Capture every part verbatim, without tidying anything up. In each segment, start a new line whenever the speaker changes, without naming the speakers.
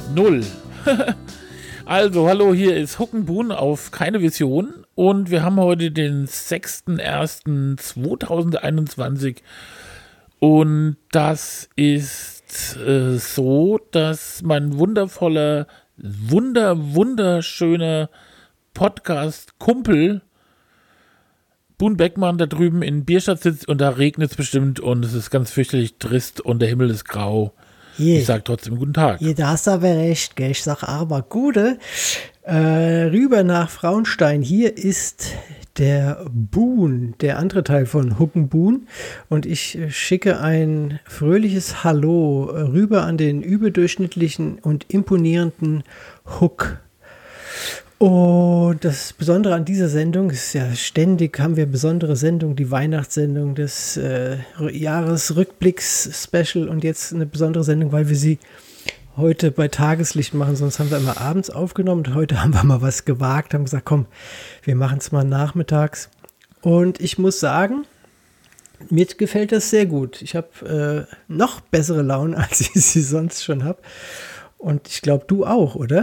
Null. Also, hallo, hier ist Huckenbuhn auf Keine Vision und wir haben heute den sechster erster zweitausendeinundzwanzig und das ist äh, so, dass mein wundervoller, wunder, wunderschöner Podcast-Kumpel Boon Beckmann da drüben in Bierstadt sitzt und da regnet es bestimmt und es ist ganz fürchterlich trist und der Himmel ist grau. Je. Ich sag trotzdem guten Tag.
Je, da hast du aber recht, gell? Ich sag aber Gute. Äh, rüber nach Frauenstein. Hier ist der Boon, der andere Teil von Huckenbuhn. Und ich schicke ein fröhliches Hallo rüber an den überdurchschnittlichen und imponierenden Huck. Und das Besondere an dieser Sendung ist ja ständig, haben wir besondere Sendungen, die Weihnachtssendung des äh, Jahresrückblicks-Special und jetzt eine besondere Sendung, weil wir sie heute bei Tageslicht machen, sonst haben wir immer abends aufgenommen und heute haben wir mal was gewagt, haben gesagt, komm, wir machen es mal nachmittags. Und ich muss sagen, mir gefällt das sehr gut. Ich habe äh, noch bessere Laune, als ich sie sonst schon habe. Und ich glaube, du auch, oder?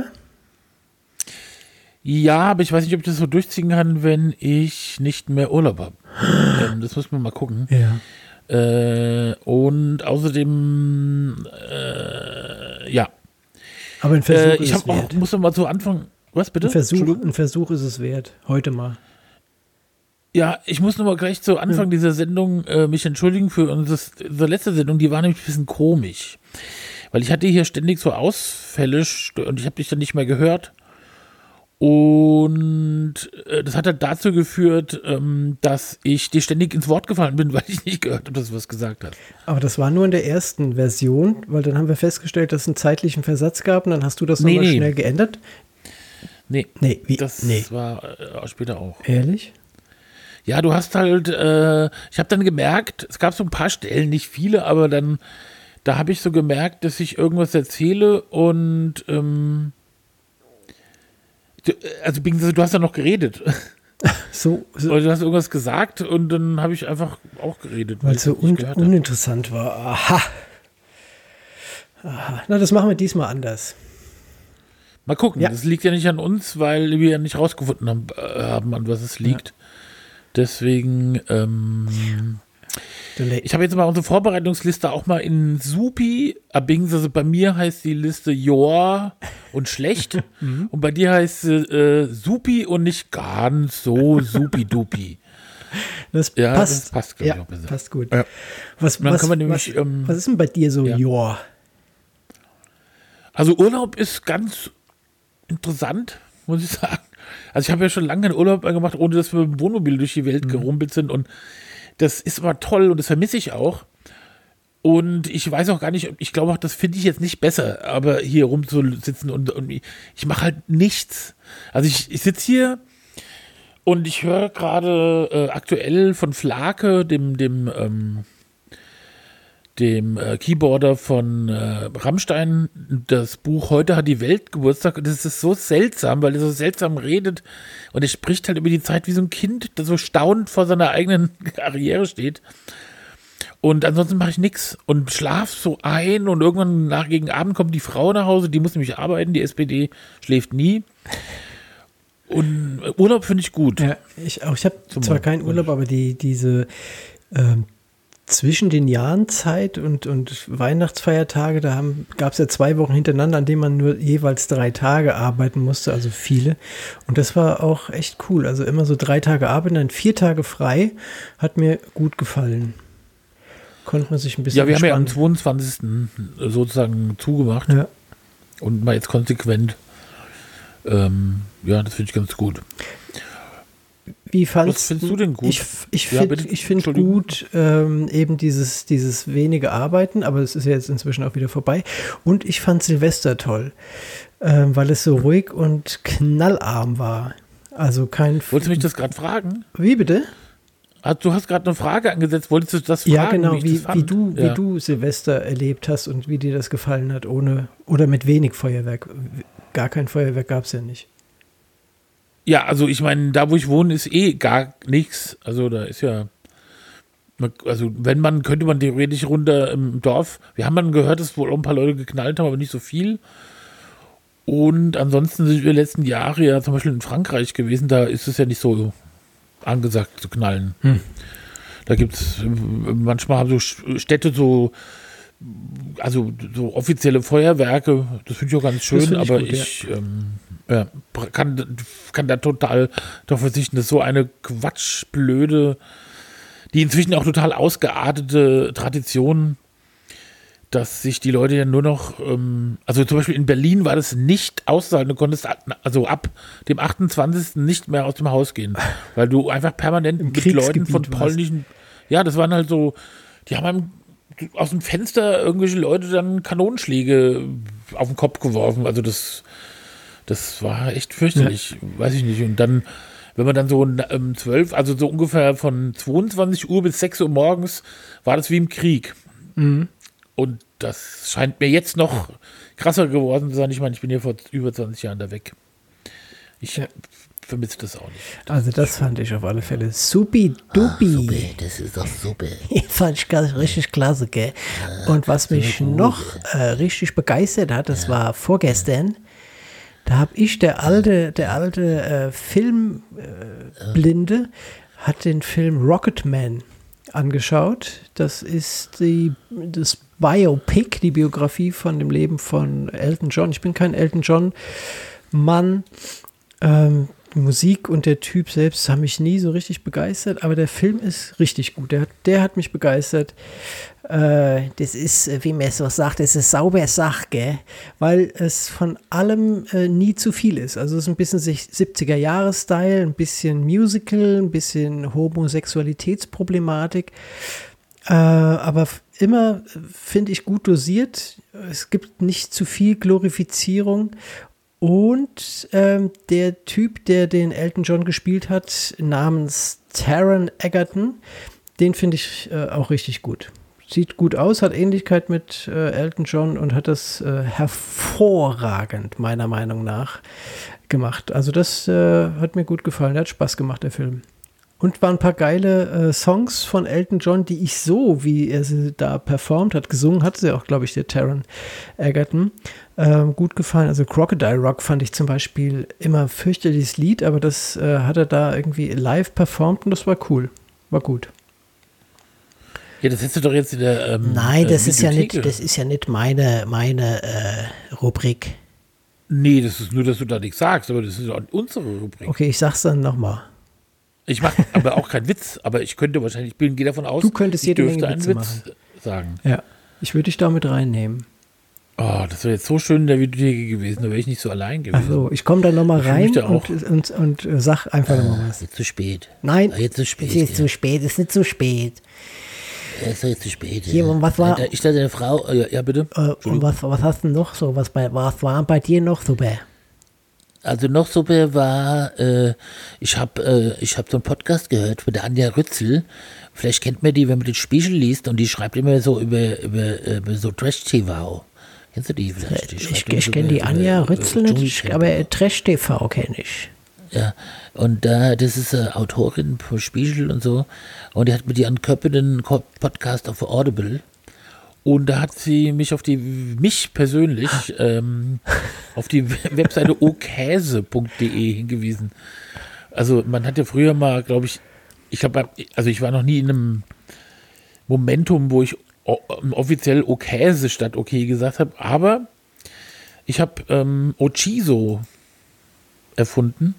Ja, aber ich weiß nicht, ob ich das so durchziehen kann, wenn ich nicht mehr Urlaub habe. ähm, das muss man mal gucken.
Ja.
Äh, und außerdem, äh, ja.
Aber ein Versuch
äh,
ist
ich
es
auch,
wert.
muss noch mal zu Anfang, was bitte?
Ein Versuch, ein Versuch ist es wert. Heute mal.
Ja, ich muss noch mal gleich zu Anfang hm. dieser Sendung äh, mich entschuldigen für unsere, unsere letzte Sendung. Die war nämlich ein bisschen komisch. Weil ich hatte hier ständig so Ausfälle und ich habe dich dann nicht mehr gehört. Und äh, das hat halt dazu geführt, ähm, dass ich dir ständig ins Wort gefallen bin, weil ich nicht gehört habe, dass du was gesagt hast.
Aber das war nur in der ersten Version, weil dann haben wir festgestellt, dass es einen zeitlichen Versatz gab und dann hast du das
nee,
nochmal
nee.
schnell geändert.
Nee,
nee wie?
das
nee.
war äh, später auch.
Ehrlich?
Ja, du hast halt, äh, ich habe dann gemerkt, es gab so ein paar Stellen, nicht viele, aber dann, da habe ich so gemerkt, dass ich irgendwas erzähle und ähm, also du hast ja noch geredet.
So, so.
Oder du hast irgendwas gesagt und dann habe ich einfach auch geredet.
Weil es so un- uninteressant war. Aha. Aha. Na, das machen wir diesmal anders.
Mal gucken.
Ja.
Das liegt ja nicht an uns, weil wir ja nicht rausgefunden haben, äh, haben an was es liegt. Ja. Deswegen, ähm, ich habe jetzt mal unsere Vorbereitungsliste auch mal in Supi, also bei mir heißt die Liste Joa und schlecht und bei dir heißt sie äh, Supi und nicht ganz so Supi-Dupi.
Das
ja,
passt.
Das passt,
ja,
ich, auch besser.
Passt gut.
Ja.
Was,
dann
was,
kann man nämlich,
was,
ähm,
was ist denn bei dir so
ja.
Joa?
Also Urlaub ist ganz interessant, muss ich sagen. Also ich habe ja schon lange einen Urlaub gemacht, ohne dass wir mit dem Wohnmobil durch die Welt mhm. gerumpelt sind und das ist aber toll und das vermisse ich auch. Und ich weiß auch gar nicht, ich glaube auch, das finde ich jetzt nicht besser, aber hier rumzusitzen und, und ich mache halt nichts. Also ich, ich sitze hier und ich höre gerade äh, aktuell von Flake, dem, dem, ähm, dem äh, Keyboarder von äh, Rammstein, das Buch Heute hat die Welt Geburtstag. Und das ist so seltsam, weil er so seltsam redet und er spricht halt über die Zeit wie so ein Kind, das so staunend vor seiner eigenen Karriere steht. Und ansonsten mache ich nichts und schlaf so ein und irgendwann nach gegen Abend kommt die Frau nach Hause, die muss nämlich arbeiten, die S P D schläft nie. Und Urlaub finde ich gut.
Ja, ich auch. Ich habe zwar keinen Urlaub, aber die diese ähm, zwischen den Jahren Zeit und, und Weihnachtsfeiertage, da gab es ja zwei Wochen hintereinander, an denen man nur jeweils drei Tage arbeiten musste, also viele. Und das war auch echt cool. Also immer so drei Tage arbeiten, dann vier Tage frei, hat mir gut gefallen. Konnte man sich ein bisschen
Ja, wir
entspannen.
haben ja am zweiundzwanzigsten sozusagen zugemacht
ja.
und mal jetzt konsequent. Ähm, ja, das finde ich ganz gut.
Wie fandst
Was findest du denn gut?
Ich, ich
ja,
finde find gut ähm, eben dieses, dieses wenige Arbeiten, aber es ist ja jetzt inzwischen auch wieder vorbei. Und ich fand Silvester toll, ähm, weil es so ruhig und knallarm war. Also kein...
Wolltest du mich das gerade fragen?
Wie bitte?
Du hast gerade eine Frage angesetzt, wolltest du das fragen?
Ja, genau,
wie,
wie, wie, du,
ja.
wie du Silvester erlebt hast und wie dir das gefallen hat, ohne oder mit wenig Feuerwerk. Gar kein Feuerwerk gab es ja nicht.
Ja, also ich meine, da wo ich wohne, ist eh gar nichts. Also da ist ja, also wenn man, könnte man theoretisch runter im Dorf, wir haben dann gehört, dass wohl auch ein paar Leute geknallt haben, aber nicht so viel. Und ansonsten sind wir letzten Jahre ja zum Beispiel in Frankreich gewesen, da ist es ja nicht so angesagt zu knallen. Hm. Da gibt es, manchmal haben so Städte so, also so offizielle Feuerwerke, das finde ich auch ganz schön, ich aber gut, ich ja. ähm, ja, kann, kann da total darauf verzichten, dass so eine quatschblöde, die inzwischen auch total ausgeartete Tradition, dass sich die Leute ja nur noch, ähm, also zum Beispiel in Berlin war das nicht auszuhalten, du konntest also ab dem achtundzwanzigsten nicht mehr aus dem Haus gehen, weil du einfach permanent mit Leuten von polnischen, ja, das waren halt so, die haben einem aus dem Fenster irgendwelche Leute dann Kanonenschläge auf den Kopf geworfen. Also das, das war echt fürchterlich, ja. Weiß ich nicht. Und dann, wenn man dann so um zwölf, also so ungefähr von zweiundzwanzig Uhr bis sechs Uhr morgens, war das wie im Krieg. Mhm. Und das scheint mir jetzt noch krasser geworden zu sein. Ich meine, ich bin hier vor über zwanzig Jahren da weg. Ich ja. vermisse das auch nicht.
Also das fand ich auf alle Fälle supi-dupi.
Ah, super, das ist doch super.
Fand ich ganz richtig klasse, gell? Ja, und was mich noch äh, richtig begeistert hat, das ja. war vorgestern, da habe ich, der alte, der alte äh, Filmblinde, äh, ja. hat den Film Rocketman angeschaut. Das ist die, das Biopic, die Biografie von dem Leben von Elton John. Ich bin kein Elton John-Mann. Ähm, die Musik und der Typ selbst haben mich nie so richtig begeistert, aber der Film ist richtig gut. Der hat, der hat mich begeistert. Äh, das ist, wie man so sagt, das ist sauber Sache, gell? Weil es von allem äh, nie zu viel ist. Also es ist ein bisschen siebziger-Jahre-Style, ein bisschen Musical, ein bisschen Homosexualitätsproblematik. Äh, aber immer, finde ich, gut dosiert. Es gibt nicht zu viel Glorifizierung. Und ähm, der Typ, der den Elton John gespielt hat, namens Taron Egerton, den finde ich äh, auch richtig gut. Sieht gut aus, hat Ähnlichkeit mit äh, Elton John und hat das äh, hervorragend, meiner Meinung nach, gemacht. Also das äh, hat mir gut gefallen, der hat Spaß gemacht, der Film. Und waren ein paar geile äh, Songs von Elton John, die ich so, wie er sie da performt hat, gesungen hat, sie auch, glaube ich, der Taron Egerton, ähm, gut gefallen. Also Crocodile Rock fand ich zum Beispiel immer fürchterliches Lied, aber das äh, hat er da irgendwie live performt und das war cool, war gut.
Ja, das hättest du doch jetzt in der ähm,
Nein, das äh, ist ja nicht, das ist ja nicht meine, meine äh, Rubrik.
Nee, das ist nur, dass du da nichts sagst, aber das ist auch unsere Rubrik.
Okay, ich sag's dann nochmal.
Ich mache aber auch keinen Witz, aber ich könnte wahrscheinlich, ich bin, gehe davon aus,
du könntest
ich
jede
dürfte
Menge
einen
Witze
Witz
machen.
sagen.
Ja, ich würde dich da mit reinnehmen.
Oh, das wäre jetzt so schön in der Videothek gewesen, da wäre ich nicht so allein gewesen.
Ach so, ich komme da nochmal rein und, und, und, und äh, sag einfach
ah,
nochmal was.
Jetzt zu spät.
Nein,
ah, jetzt zu spät.
Es ist ja. zu spät, es ist nicht zu spät.
Ja, ist doch jetzt zu spät.
Hier,
ja.
und was war,
ich dachte, eine Frau, ja, ja bitte.
Äh, und was, was hast du noch so, was, bei, was war bei dir noch super?
Also noch super war, äh, ich habe äh, ich hab so einen Podcast gehört mit der Anja Rützel. Vielleicht kennt man die, wenn man den Spiegel liest, und die schreibt immer so über, über, über so Trash-T V. Kennst du die vielleicht? Die
ich ich so kenne die Anja Rützel nicht, aber Trash-T V kenne ich.
Ja, und da, äh, das ist äh, Autorin vom Spiegel und so, und die hat mit Jan Köppe einen Podcast auf Audible. Und da hat sie mich auf die, mich persönlich, ähm, auf die Webseite okäse punkt de hingewiesen. Also man hat ja früher mal, glaube ich, ich glaube, also ich war noch nie in einem Momentum, wo ich offiziell Okäse statt okay gesagt habe, aber ich habe ähm, Ochiso erfunden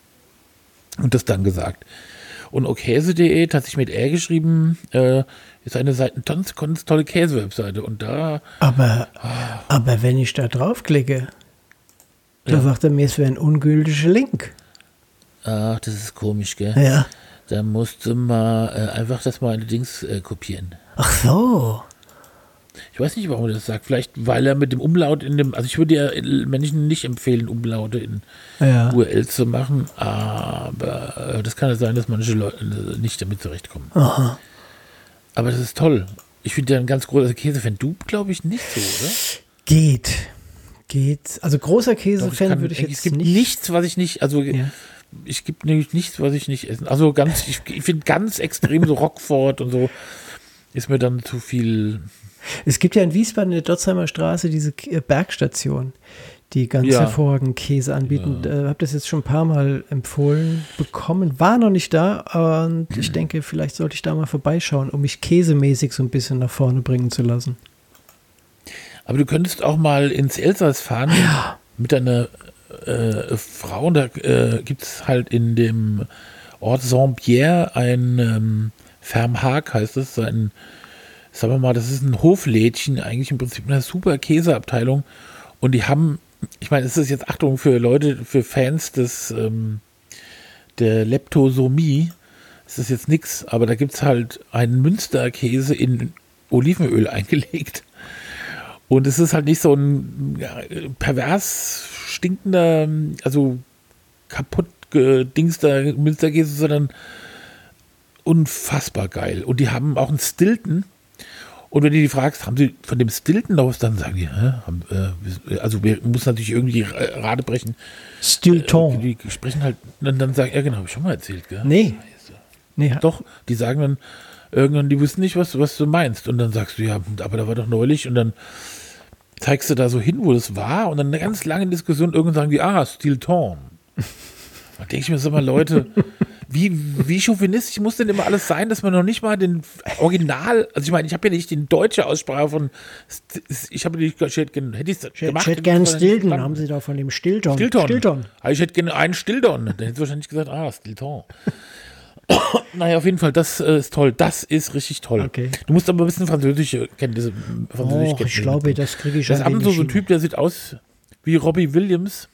und das dann gesagt. Und okäse punkt de, tatsächlich mit R geschrieben, äh, ist eine Seite, eine ganz, ganz tolle Käse-Webseite. Und da.
Aber, ah. aber wenn ich da draufklicke, da ja. sagt er mir, es wäre ein ungültiger Link.
Ach, das ist komisch, gell?
Ja.
Da musst du mal äh, einfach das mal in die Dings äh, kopieren.
Ach so.
Ich weiß nicht, warum er das sagt. Vielleicht, weil er mit dem Umlaut in dem, also ich würde ja Menschen nicht empfehlen, Umlaute in ja. U R L zu machen, aber das kann ja sein, dass manche Leute nicht damit zurechtkommen.
Aha.
Aber das ist toll. Ich finde ja ein ganz großer Käsefan. Du, glaube ich, nicht so, oder?
Geht. Geht. Also großer Käsefan würde ich jetzt
nicht. Es gibt
nicht.
nichts, was ich nicht, also ja. ich gibt nämlich nichts, was ich nicht essen. Also ganz, ich, ich finde ganz extrem so Roquefort und so ist mir dann zu viel.
Es gibt ja in Wiesbaden in der Dotzheimer Straße diese Bergstation. die ganz
Ja.
hervorragenden Käse anbieten. Ich äh, habe das jetzt schon ein paar Mal empfohlen bekommen, war noch nicht da und ich denke, vielleicht sollte ich da mal vorbeischauen, um mich käsemäßig so ein bisschen nach vorne bringen zu lassen.
Aber du könntest auch mal ins Elsass fahren
Ja.
mit deiner äh, Frau. Da äh, gibt es halt in dem Ort Saint-Pierre ein ähm, Fermhaag, heißt es, ein, sagen wir mal, das ist ein Hoflädchen, eigentlich im Prinzip eine super Käseabteilung. Und die haben, ich meine, es ist jetzt Achtung für Leute, für Fans des ähm, der Leptosomie, es ist jetzt nix, aber da gibt es halt einen Münsterkäse in Olivenöl eingelegt. Und es ist halt nicht so ein ja, pervers stinkender, also kaputt gedingster Münsterkäse, sondern unfassbar geil. Und die haben auch einen Stilton. Und wenn du die fragst, haben sie von dem Stilton noch was, dann sagen die, hä? Haben, äh, also wir müssen natürlich irgendwie Rade brechen.
Stilton.
Äh, die sprechen halt, dann, dann sagen, ja genau, habe ich schon mal erzählt, gell?
Nee. nee.
Doch, die sagen dann irgendwann, die wissen nicht, was, was du meinst. Und dann sagst du, ja, aber da war doch neulich. Und dann zeigst du da so hin, wo das war. Und dann eine ganz lange Diskussion, irgendwann sagen die, ah, Stilton. Da denke ich mir so mal, Leute, wie, wie chauvinistisch muss denn immer alles sein, dass man noch nicht mal den Original, also ich meine, ich habe ja nicht die deutsche Aussprache von, ich habe nicht, ich hätte, hätte ich
Ich
gemacht.
hätte gerne Stilton, haben sie da von dem Stilton.
Stilton.
Stilton.
Aber ich hätte gerne einen Stilton. Dann hätte ich wahrscheinlich gesagt, ah, Stilton. Naja, auf jeden Fall, das äh, ist toll. Das ist richtig toll.
Okay.
Du musst aber ein bisschen französische Kenntnisse.
Oh, ich glaube, das kriege ich
Das
schon.
ist so, so ein Typ, der sieht aus wie Robbie Williams.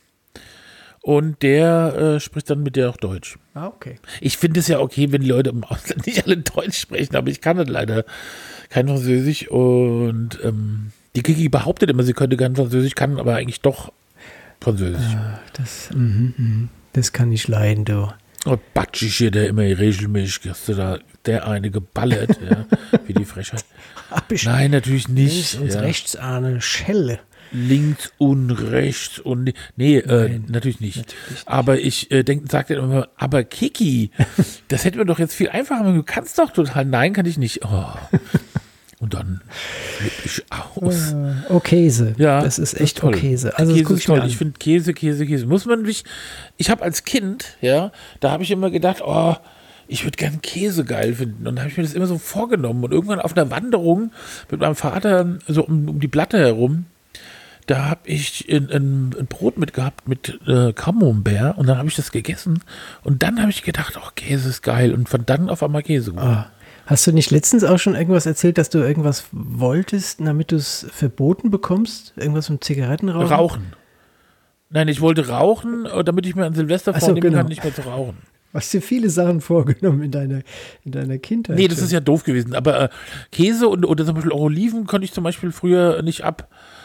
Und der äh, spricht dann mit der auch Deutsch.
Ah, okay.
Ich finde es ja okay, wenn die Leute im Ausland nicht alle Deutsch sprechen, aber ich kann das leider kein Französisch. Und ähm, die Kiki behauptet immer, sie könnte kein Französisch, kann aber eigentlich doch Französisch.
Ah, das, mhm, mhm. das kann ich leiden, du.
Und Batschig hier, der immer regelmäßig, hast du da der eine geballert, ja, wie die Frechheit.
Hab ich
Nein, natürlich nicht.
links und
ja.
rechts eine Schelle.
Links und rechts und nee, äh, natürlich nicht.
natürlich nicht.
Aber ich äh, denk, sag dann immer, aber Kiki, das hätten wir doch jetzt viel einfacher machen. Du kannst doch total. Nein, kann ich nicht. Oh. Und dann flippe ich aus.
Äh, oh, Käse.
Ja,
das ist echt
toll.
oh, Käse. Also
Käse
das guck
ist
ich mir
toll.
an.
Ich finde Käse, Käse, Käse. Muss man nicht. Ich habe als Kind, ja, da habe ich immer gedacht, oh, ich würde gern Käse geil finden. Und da habe ich mir das immer so vorgenommen. Und irgendwann auf einer Wanderung mit meinem Vater so um, um die Platte herum, da habe ich ein, ein, ein Brot mitgehabt mit äh, Camembert und dann habe ich das gegessen und dann habe ich gedacht, oh, Käse ist geil und von dann auf einmal Käse.
Ah. Hast du nicht letztens auch schon irgendwas erzählt, dass du irgendwas wolltest, damit du es verboten bekommst? Irgendwas mit Zigarettenrauchen?
Rauchen. Nein, ich wollte rauchen, damit ich mir an Silvester
Ach so,
vornehmen
genau.
kann, nicht mehr zu rauchen.
Hast dir viele Sachen vorgenommen in deiner, in deiner Kindheit?
Nee, das ist ja doof gewesen. Aber äh, Käse und, oder zum Beispiel auch Oliven konnte ich zum Beispiel früher nicht ab.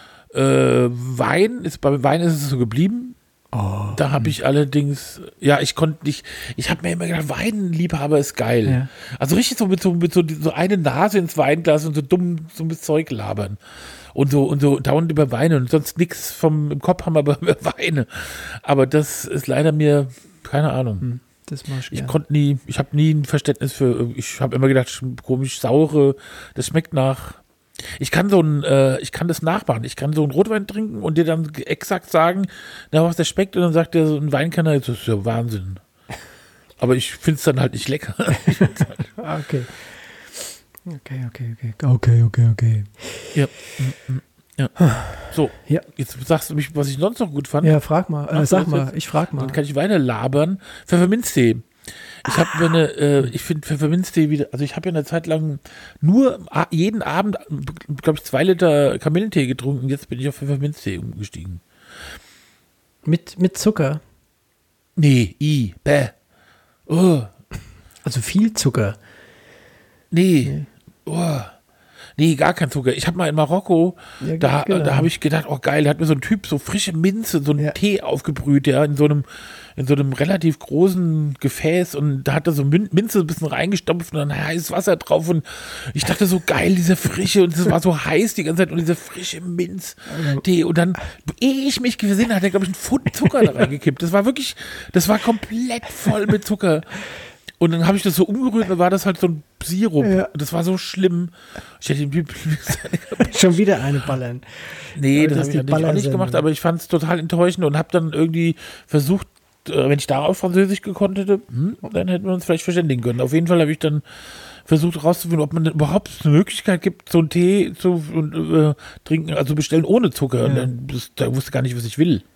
Äh, Wein, ist, bei Wein ist es so geblieben.
Oh.
Da habe ich allerdings, ja, ich konnte nicht, ich habe mir immer gedacht, Weinliebhaber ist geil.
Ja.
Also richtig so mit so, mit so, so eine Nase ins Weinglas und so dumm, dummes Zeug labern. Und so, und so dauernd über Weine und sonst nichts vom im Kopf haben, aber über Weine. Aber das ist leider mir, keine Ahnung.
Hm, das mach ich
Ich
gern.
konnte nie, ich habe nie ein Verständnis für, ich habe immer gedacht, komisch saure, das schmeckt nach. Ich kann so ein, äh, ich kann das nachmachen. Ich kann so einen Rotwein trinken und dir dann exakt sagen, na, was der schmeckt, und dann sagt der so ein Weinkenner, das ist ja Wahnsinn. Aber ich finde es dann halt nicht lecker.
Ah, okay. Okay, okay, okay. Okay, okay, okay.
Ja. ja. So,
Ja.
jetzt sagst du mich, was ich sonst noch gut fand.
Ja, frag mal. Äh,
Ach,
sag
das
mal,
jetzt-
ich frag mal.
Dann kann ich weiter labern. Pfefferminztee. Ich habe mir eine, äh, ich finde Pfefferminztee wieder, also ich habe ja eine Zeit lang nur a- jeden Abend, glaube ich, zwei Liter Kamillentee getrunken. Jetzt bin ich auf Pfefferminztee umgestiegen.
Mit, mit Zucker.
Nee, i, bäh. Oh,
Also viel Zucker.
nee. Oh. Nee, gar kein Zucker. Ich habe mal in Marokko,
Ja,
da,
genau.
da habe ich gedacht, oh geil, da hat mir so ein Typ so frische Minze, so einen
Ja.
Tee aufgebrüht, ja, in so einem, in so einem relativ großen Gefäß, und da hat er so Min- Minze ein bisschen reingestampft und dann heißes Wasser drauf, und ich dachte so, geil, diese Frische, und es war so heiß die ganze Zeit, und dieser frische Minztee, und dann, ehe ich mich gesehen hatte, hat er, glaube ich, einen Pfund Zucker da reingekippt. Das war wirklich, das war komplett voll mit Zucker. Und dann habe ich das so umgerührt und dann war das halt so ein Sirup.
Ja.
Und das war so schlimm. Ich hätte ihm
Schon wieder eine ballern.
Nee,
Aber
das
das
habe ich
ist die
ja nicht, auch nicht
Ballersendung.
gemacht, aber ich fand es total enttäuschend und habe dann irgendwie versucht, äh, wenn ich darauf Französisch gekonnt hätte, hm, dann hätten wir uns vielleicht verständigen können. Auf jeden Fall habe ich dann versucht herauszufinden, ob man denn überhaupt eine Möglichkeit gibt, so einen Tee zu äh, trinken, also bestellen ohne Zucker.
Ja.
Und dann, das, da wusste gar nicht, was ich will.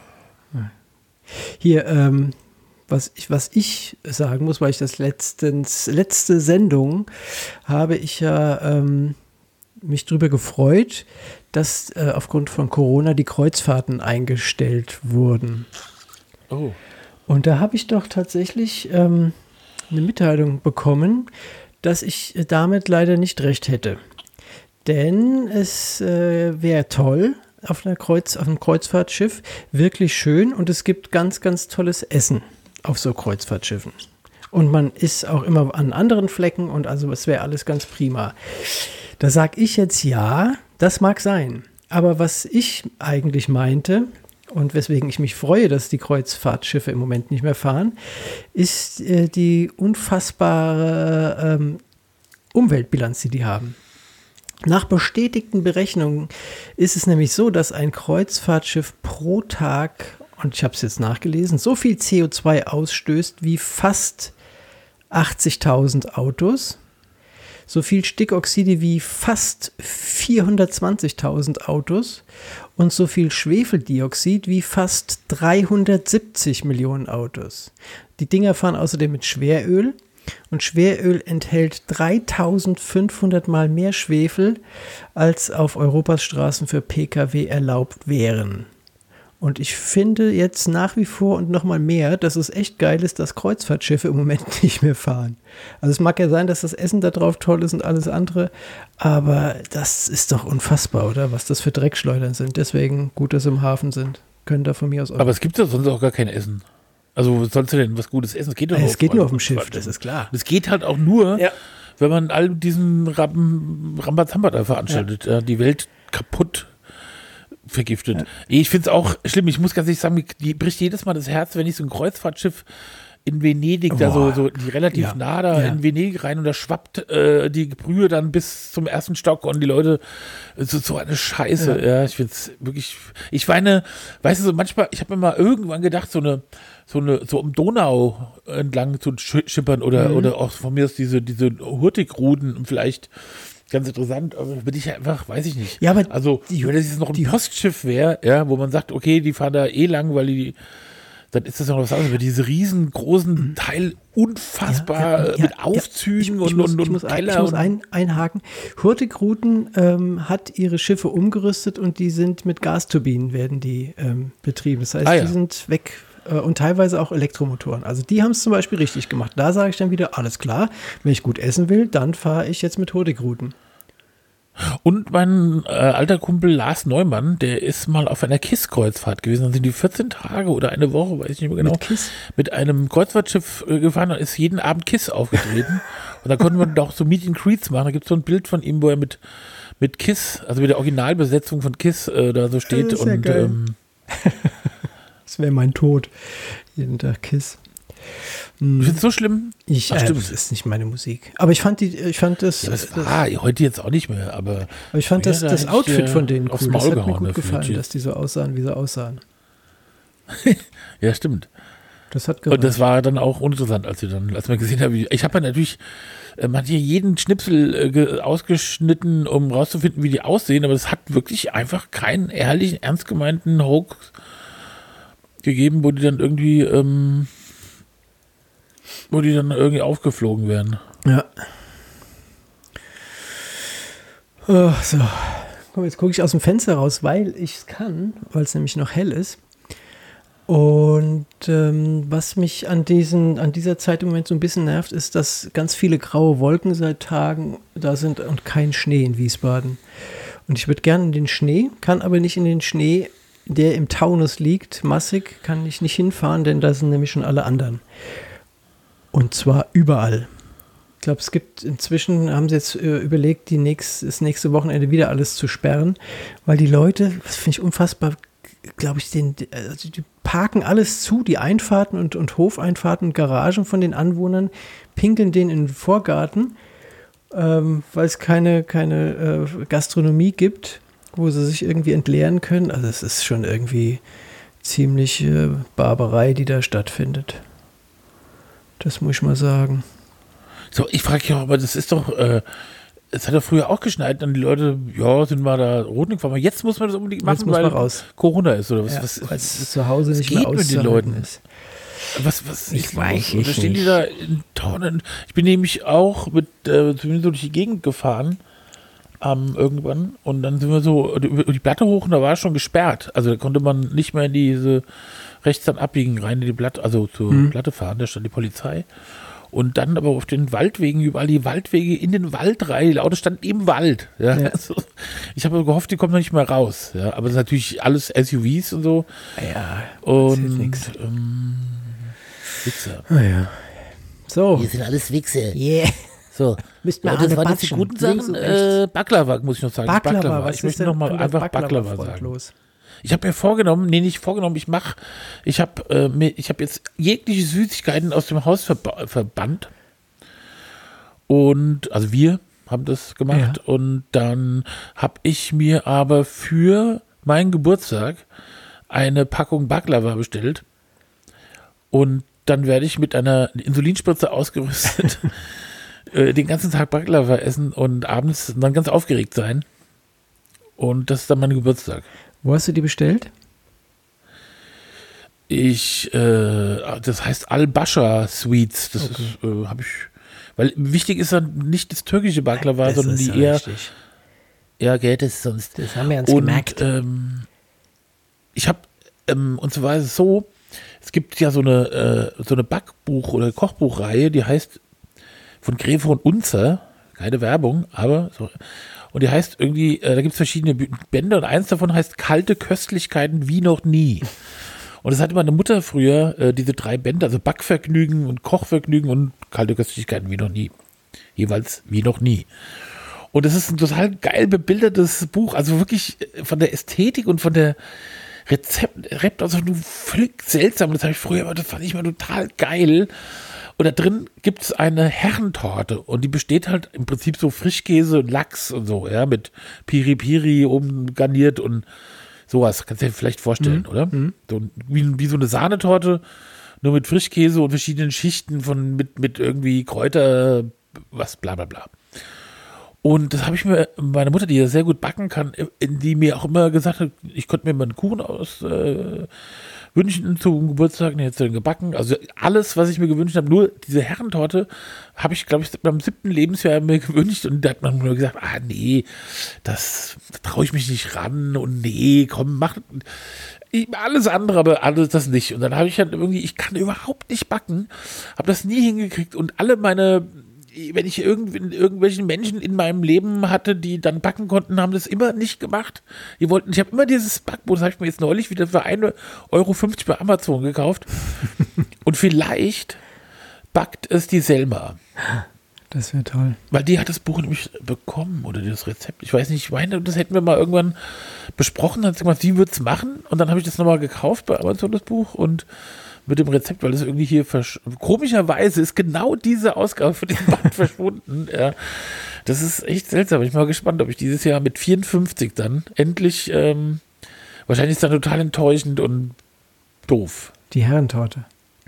Hier, ähm, was ich, was ich sagen muss, weil ich das letztens, letzte Sendung habe ich ja ähm, mich drüber gefreut, dass äh, aufgrund von Corona die Kreuzfahrten eingestellt wurden.
Oh.
Und da habe ich doch tatsächlich ähm, eine Mitteilung bekommen, dass ich damit leider nicht recht hätte. Denn es äh, wäre toll auf, einer Kreuz, auf einem Kreuzfahrtschiff, wirklich schön und es gibt ganz, ganz tolles Essen auf so Kreuzfahrtschiffen. Und man ist auch immer an anderen Flecken und also es wäre alles ganz prima. Da sage ich jetzt ja, das mag sein. Aber was ich eigentlich meinte und weswegen ich mich freue, dass die Kreuzfahrtschiffe im Moment nicht mehr fahren, ist äh, die unfassbare ähm, Umweltbilanz, die die haben. Nach bestätigten Berechnungen ist es nämlich so, dass ein Kreuzfahrtschiff pro Tag, und ich habe es jetzt nachgelesen, so viel C O zwei ausstößt wie fast achtzigtausend Autos, so viel Stickoxide wie fast vierhundertzwanzigtausend Autos und so viel Schwefeldioxid wie fast dreihundertsiebzig Millionen Autos. Die Dinger fahren außerdem mit Schweröl. Und Schweröl enthält dreitausendfünfhundert Mal mehr Schwefel, als auf Europas Straßen für Pkw erlaubt wären. Und ich finde jetzt nach wie vor und nochmal mehr, dass es echt geil ist, dass Kreuzfahrtschiffe im Moment nicht mehr fahren. Also es mag ja sein, dass das Essen da drauf toll ist und alles andere, aber das ist doch unfassbar, oder? Was das für Dreckschleudern sind. Deswegen gut, dass sie im Hafen sind. Können da von mir aus auch.
Aber es gibt ja sonst auch gar kein Essen. Also, was sollst du denn was Gutes essen? Es geht, doch
es
auf,
geht nur auf dem
Kreuzfahrt.
Schiff, das ist klar.
Es geht halt auch nur,
Ja.
wenn man all diesen Ram- Rambazamba da veranstaltet, ja. die Welt kaputt vergiftet. Ja. Ich finde es auch schlimm. Ich muss ganz ehrlich sagen, die bricht jedes Mal das Herz, wenn ich so ein Kreuzfahrtschiff in Venedig, da so, so die relativ
Ja.
nah da
Ja.
in Venedig rein und da schwappt äh, die Brühe dann bis zum ersten Stock und die Leute, so, so eine Scheiße. Ja, ja ich finde es wirklich, ich meine, weißt du, so manchmal, ich habe mir mal irgendwann gedacht, so eine, so eine, so um Donau entlang zu schippern oder,
Mhm.
oder auch von mir aus diese, diese Hurtigruten vielleicht ganz interessant, aber bin ich ja einfach, weiß ich nicht.
Ja, aber
also,
die-
wenn das jetzt noch ein
die-
Postschiff wäre, ja, wo man sagt, okay, die fahren da eh lang, weil die, dann ist das noch was anderes. Aber diese riesengroßen Teil unfassbar
Ja, ja,
mit
ja,
Aufzügen
ich, ich
und,
muss,
und, und
ich muss, ein,
Keller
ich muss
und-
ein, einhaken. Hurtigruten ähm, hat ihre Schiffe umgerüstet und die sind mit Gasturbinen werden die ähm, betrieben. Das heißt,
Ah, ja.
die sind weg äh, und teilweise auch Elektromotoren. Also die haben es zum Beispiel richtig gemacht. Da sage ich dann wieder, alles klar, wenn ich gut essen will, dann fahre ich jetzt mit Hurtigruten.
Und mein äh, alter Kumpel Lars Neumann, der ist mal auf einer KISS-Kreuzfahrt gewesen. Dann sind die vierzehn Tage oder eine Woche, weiß ich nicht mehr genau,
Mit KISS?
mit einem Kreuzfahrtschiff äh, gefahren und ist jeden Abend KISS aufgetreten. Und da konnte man auch so Meet and Greets machen. Da gibt es so ein Bild von ihm, wo er mit, mit KISS, also mit der Originalbesetzung von KISS äh, da so steht.
Das ist ja
und
geil.
ähm,
Das wäre mein Tod. Jeden Tag KISS.
ich finde es so schlimm.
Ich,
Ach,
äh,
stimmt.
das ist nicht meine Musik. Aber ich fand die, ich fand das,
Ja, das
das
war heute jetzt auch nicht mehr, aber
aber ich fand
Ja,
das,
da
das
hätte ich
Outfit
dir
von denen
aufs
cool. Das
Maul
hat mir
gehauen
gut
dafür,
gefallen,
Cheers.
dass die so aussahen, wie sie aussahen.
ja, stimmt.
Das hat
Und
gereicht.
das war dann auch uninteressant, als wir dann, als wir gesehen haben, wie, ich habe ja natürlich, äh, man hat hier jeden Schnipsel äh, ge, ausgeschnitten, um rauszufinden, wie die aussehen, aber es hat wirklich einfach keinen ehrlichen, ernst gemeinten Hoax gegeben, wo die dann irgendwie, ähm, wo die dann irgendwie aufgeflogen werden.
Ja. Oh, so. Komm, jetzt gucke ich aus dem Fenster raus, weil ich es kann, weil es nämlich noch hell ist. Und ähm, was mich an, diesen, an dieser Zeit im Moment so ein bisschen nervt, ist, dass ganz viele graue Wolken seit Tagen da sind und kein Schnee in Wiesbaden. Und ich würde gerne in den Schnee, kann aber nicht in den Schnee, der im Taunus liegt, massig, kann ich nicht hinfahren, denn da sind nämlich schon alle anderen. Und zwar überall. Ich glaube, es gibt inzwischen, haben sie jetzt äh, überlegt, die nächst, das nächste Wochenende wieder alles zu sperren, weil die Leute, das finde ich unfassbar, glaube ich, den, also die parken alles zu, die Einfahrten und, und Hofeinfahrten und Garagen von den Anwohnern, pinkeln den in den Vorgarten, ähm, weil es keine, keine äh, Gastronomie gibt, wo sie sich irgendwie entleeren können. Also es ist schon irgendwie ziemlich äh, Barbarei, die da stattfindet. Das muss ich mal sagen.
So, ich frage ja, aber das ist doch, äh, es hat ja früher auch geschneit, dann die Leute, ja, sind mal da roten gefahren, aber jetzt muss man das unbedingt machen, weil
raus.
Corona ist, oder was?
Ja,
was
weil es zu Hause nicht mehr
auszuhalten mit den Leuten
ist.
Was, was
Ich
ist
weiß
los? Da stehen die da in Tonnen. Ich bin nämlich auch mit, äh, zumindest so durch die Gegend gefahren, ähm, irgendwann, und dann sind wir so über die Platte hoch und da war es schon gesperrt. Also da konnte man nicht mehr in diese, rechts dann abbiegen, rein in die Platte, also zur hm. Platte fahren, da stand die Polizei. Und dann aber auf den Waldwegen, überall die Waldwege in den Wald rein, die Autos standen im Wald. Ja. Ja. Also, ich habe gehofft, die kommen noch nicht mehr raus. Ja. Aber das ist natürlich alles S U Vs und so.
Ja,
und nichts. Ähm, Wichser.
Ah, ja. So.
Wir sind alles Wichser.
Yeah.
So.
Müssten wir
ja, das waren jetzt die guten Sachen. Äh, Baklava, muss ich noch sagen.
Baklava,
Baklava.
Was
ich möchte nochmal einfach Baklava, Baklava sagen.
Los?
Ich habe mir vorgenommen, nee, nicht vorgenommen, ich mache, ich habe äh, ich habe jetzt jegliche Süßigkeiten aus dem Haus verba- verbannt. Und, also wir haben das gemacht. Ja. Und dann habe ich mir aber für meinen Geburtstag eine Packung Baklava bestellt. Und dann werde ich mit einer Insulinspritze ausgerüstet äh, den ganzen Tag Baklava essen und abends dann ganz aufgeregt sein. Und das ist dann mein Geburtstag.
Wo hast du die bestellt?
Ich, äh, das heißt Al-Basha Sweets. Das okay. ist, äh, habe ich, weil wichtig ist dann nicht das türkische Baklava, das sondern die ja eher,
richtig.
ja, geht es sonst.
Das haben wir uns
und,
gemerkt.
Ähm, ich habe, ähm, und zwar ist es so, es gibt ja so eine, äh, so eine Backbuch- oder Kochbuchreihe, die heißt von Gräfe und Unzer, keine Werbung, aber so. Und die heißt irgendwie, äh, da gibt es verschiedene Bände und eins davon heißt Kalte Köstlichkeiten wie noch nie. Und das hatte meine Mutter früher, äh, diese drei Bände, also Backvergnügen und Kochvergnügen und Kalte Köstlichkeiten wie noch nie. Jeweils wie noch nie. Und das ist ein total geil bebildertes Buch, also wirklich von der Ästhetik und von der Rezept, Rezept also nur völlig seltsam. Das habe ich früher, aber das fand ich mal total geil. Und da drin gibt es eine Herrentorte und die besteht halt im Prinzip so Frischkäse und Lachs und so, ja, mit Piri Piri oben garniert und sowas. Kannst du dir vielleicht vorstellen,
mhm.
oder?
Mhm.
So, wie, wie so eine Sahnetorte, nur mit Frischkäse und verschiedenen Schichten von mit, mit irgendwie Kräuter, was bla bla bla. Und das habe ich mir, meine Mutter, die ja sehr gut backen kann, die mir auch immer gesagt hat, ich konnte mir mal einen Kuchen aus äh, wünschen zum Geburtstag, den hat sie dann gebacken. Also alles, was ich mir gewünscht habe, nur diese Herrentorte, habe ich, glaube ich, beim siebten Lebensjahr mir gewünscht. Und da hat man nur gesagt, ah nee, das, das traue ich mich nicht ran. Und nee, komm, mach ich, alles andere, aber alles das nicht. Und dann habe ich halt irgendwie, ich kann überhaupt nicht backen, habe das nie hingekriegt. Und alle meine... wenn ich irgendw- irgendwelchen Menschen in meinem Leben hatte, die dann backen konnten, haben das immer nicht gemacht. Die wollten, ich habe immer dieses Backbrot, das habe ich mir jetzt neulich wieder für ein Euro fünfzig bei Amazon gekauft. Und vielleicht backt es die Selma.
Das wäre toll.
Weil die hat das Buch nämlich bekommen oder das Rezept. Ich weiß nicht, ich meine, das hätten wir mal irgendwann besprochen. Dann hat sie gesagt, sie wird es machen. Und dann habe ich das nochmal gekauft bei Amazon, das Buch, und mit dem Rezept, weil das irgendwie hier versch- komischerweise ist genau diese Ausgabe von dem Band verschwunden. Ja. Das ist echt seltsam. Ich bin mal gespannt, ob ich dieses Jahr mit vierundfünfzig dann endlich, ähm, wahrscheinlich ist dann total enttäuschend und doof.
Die Herrentorte.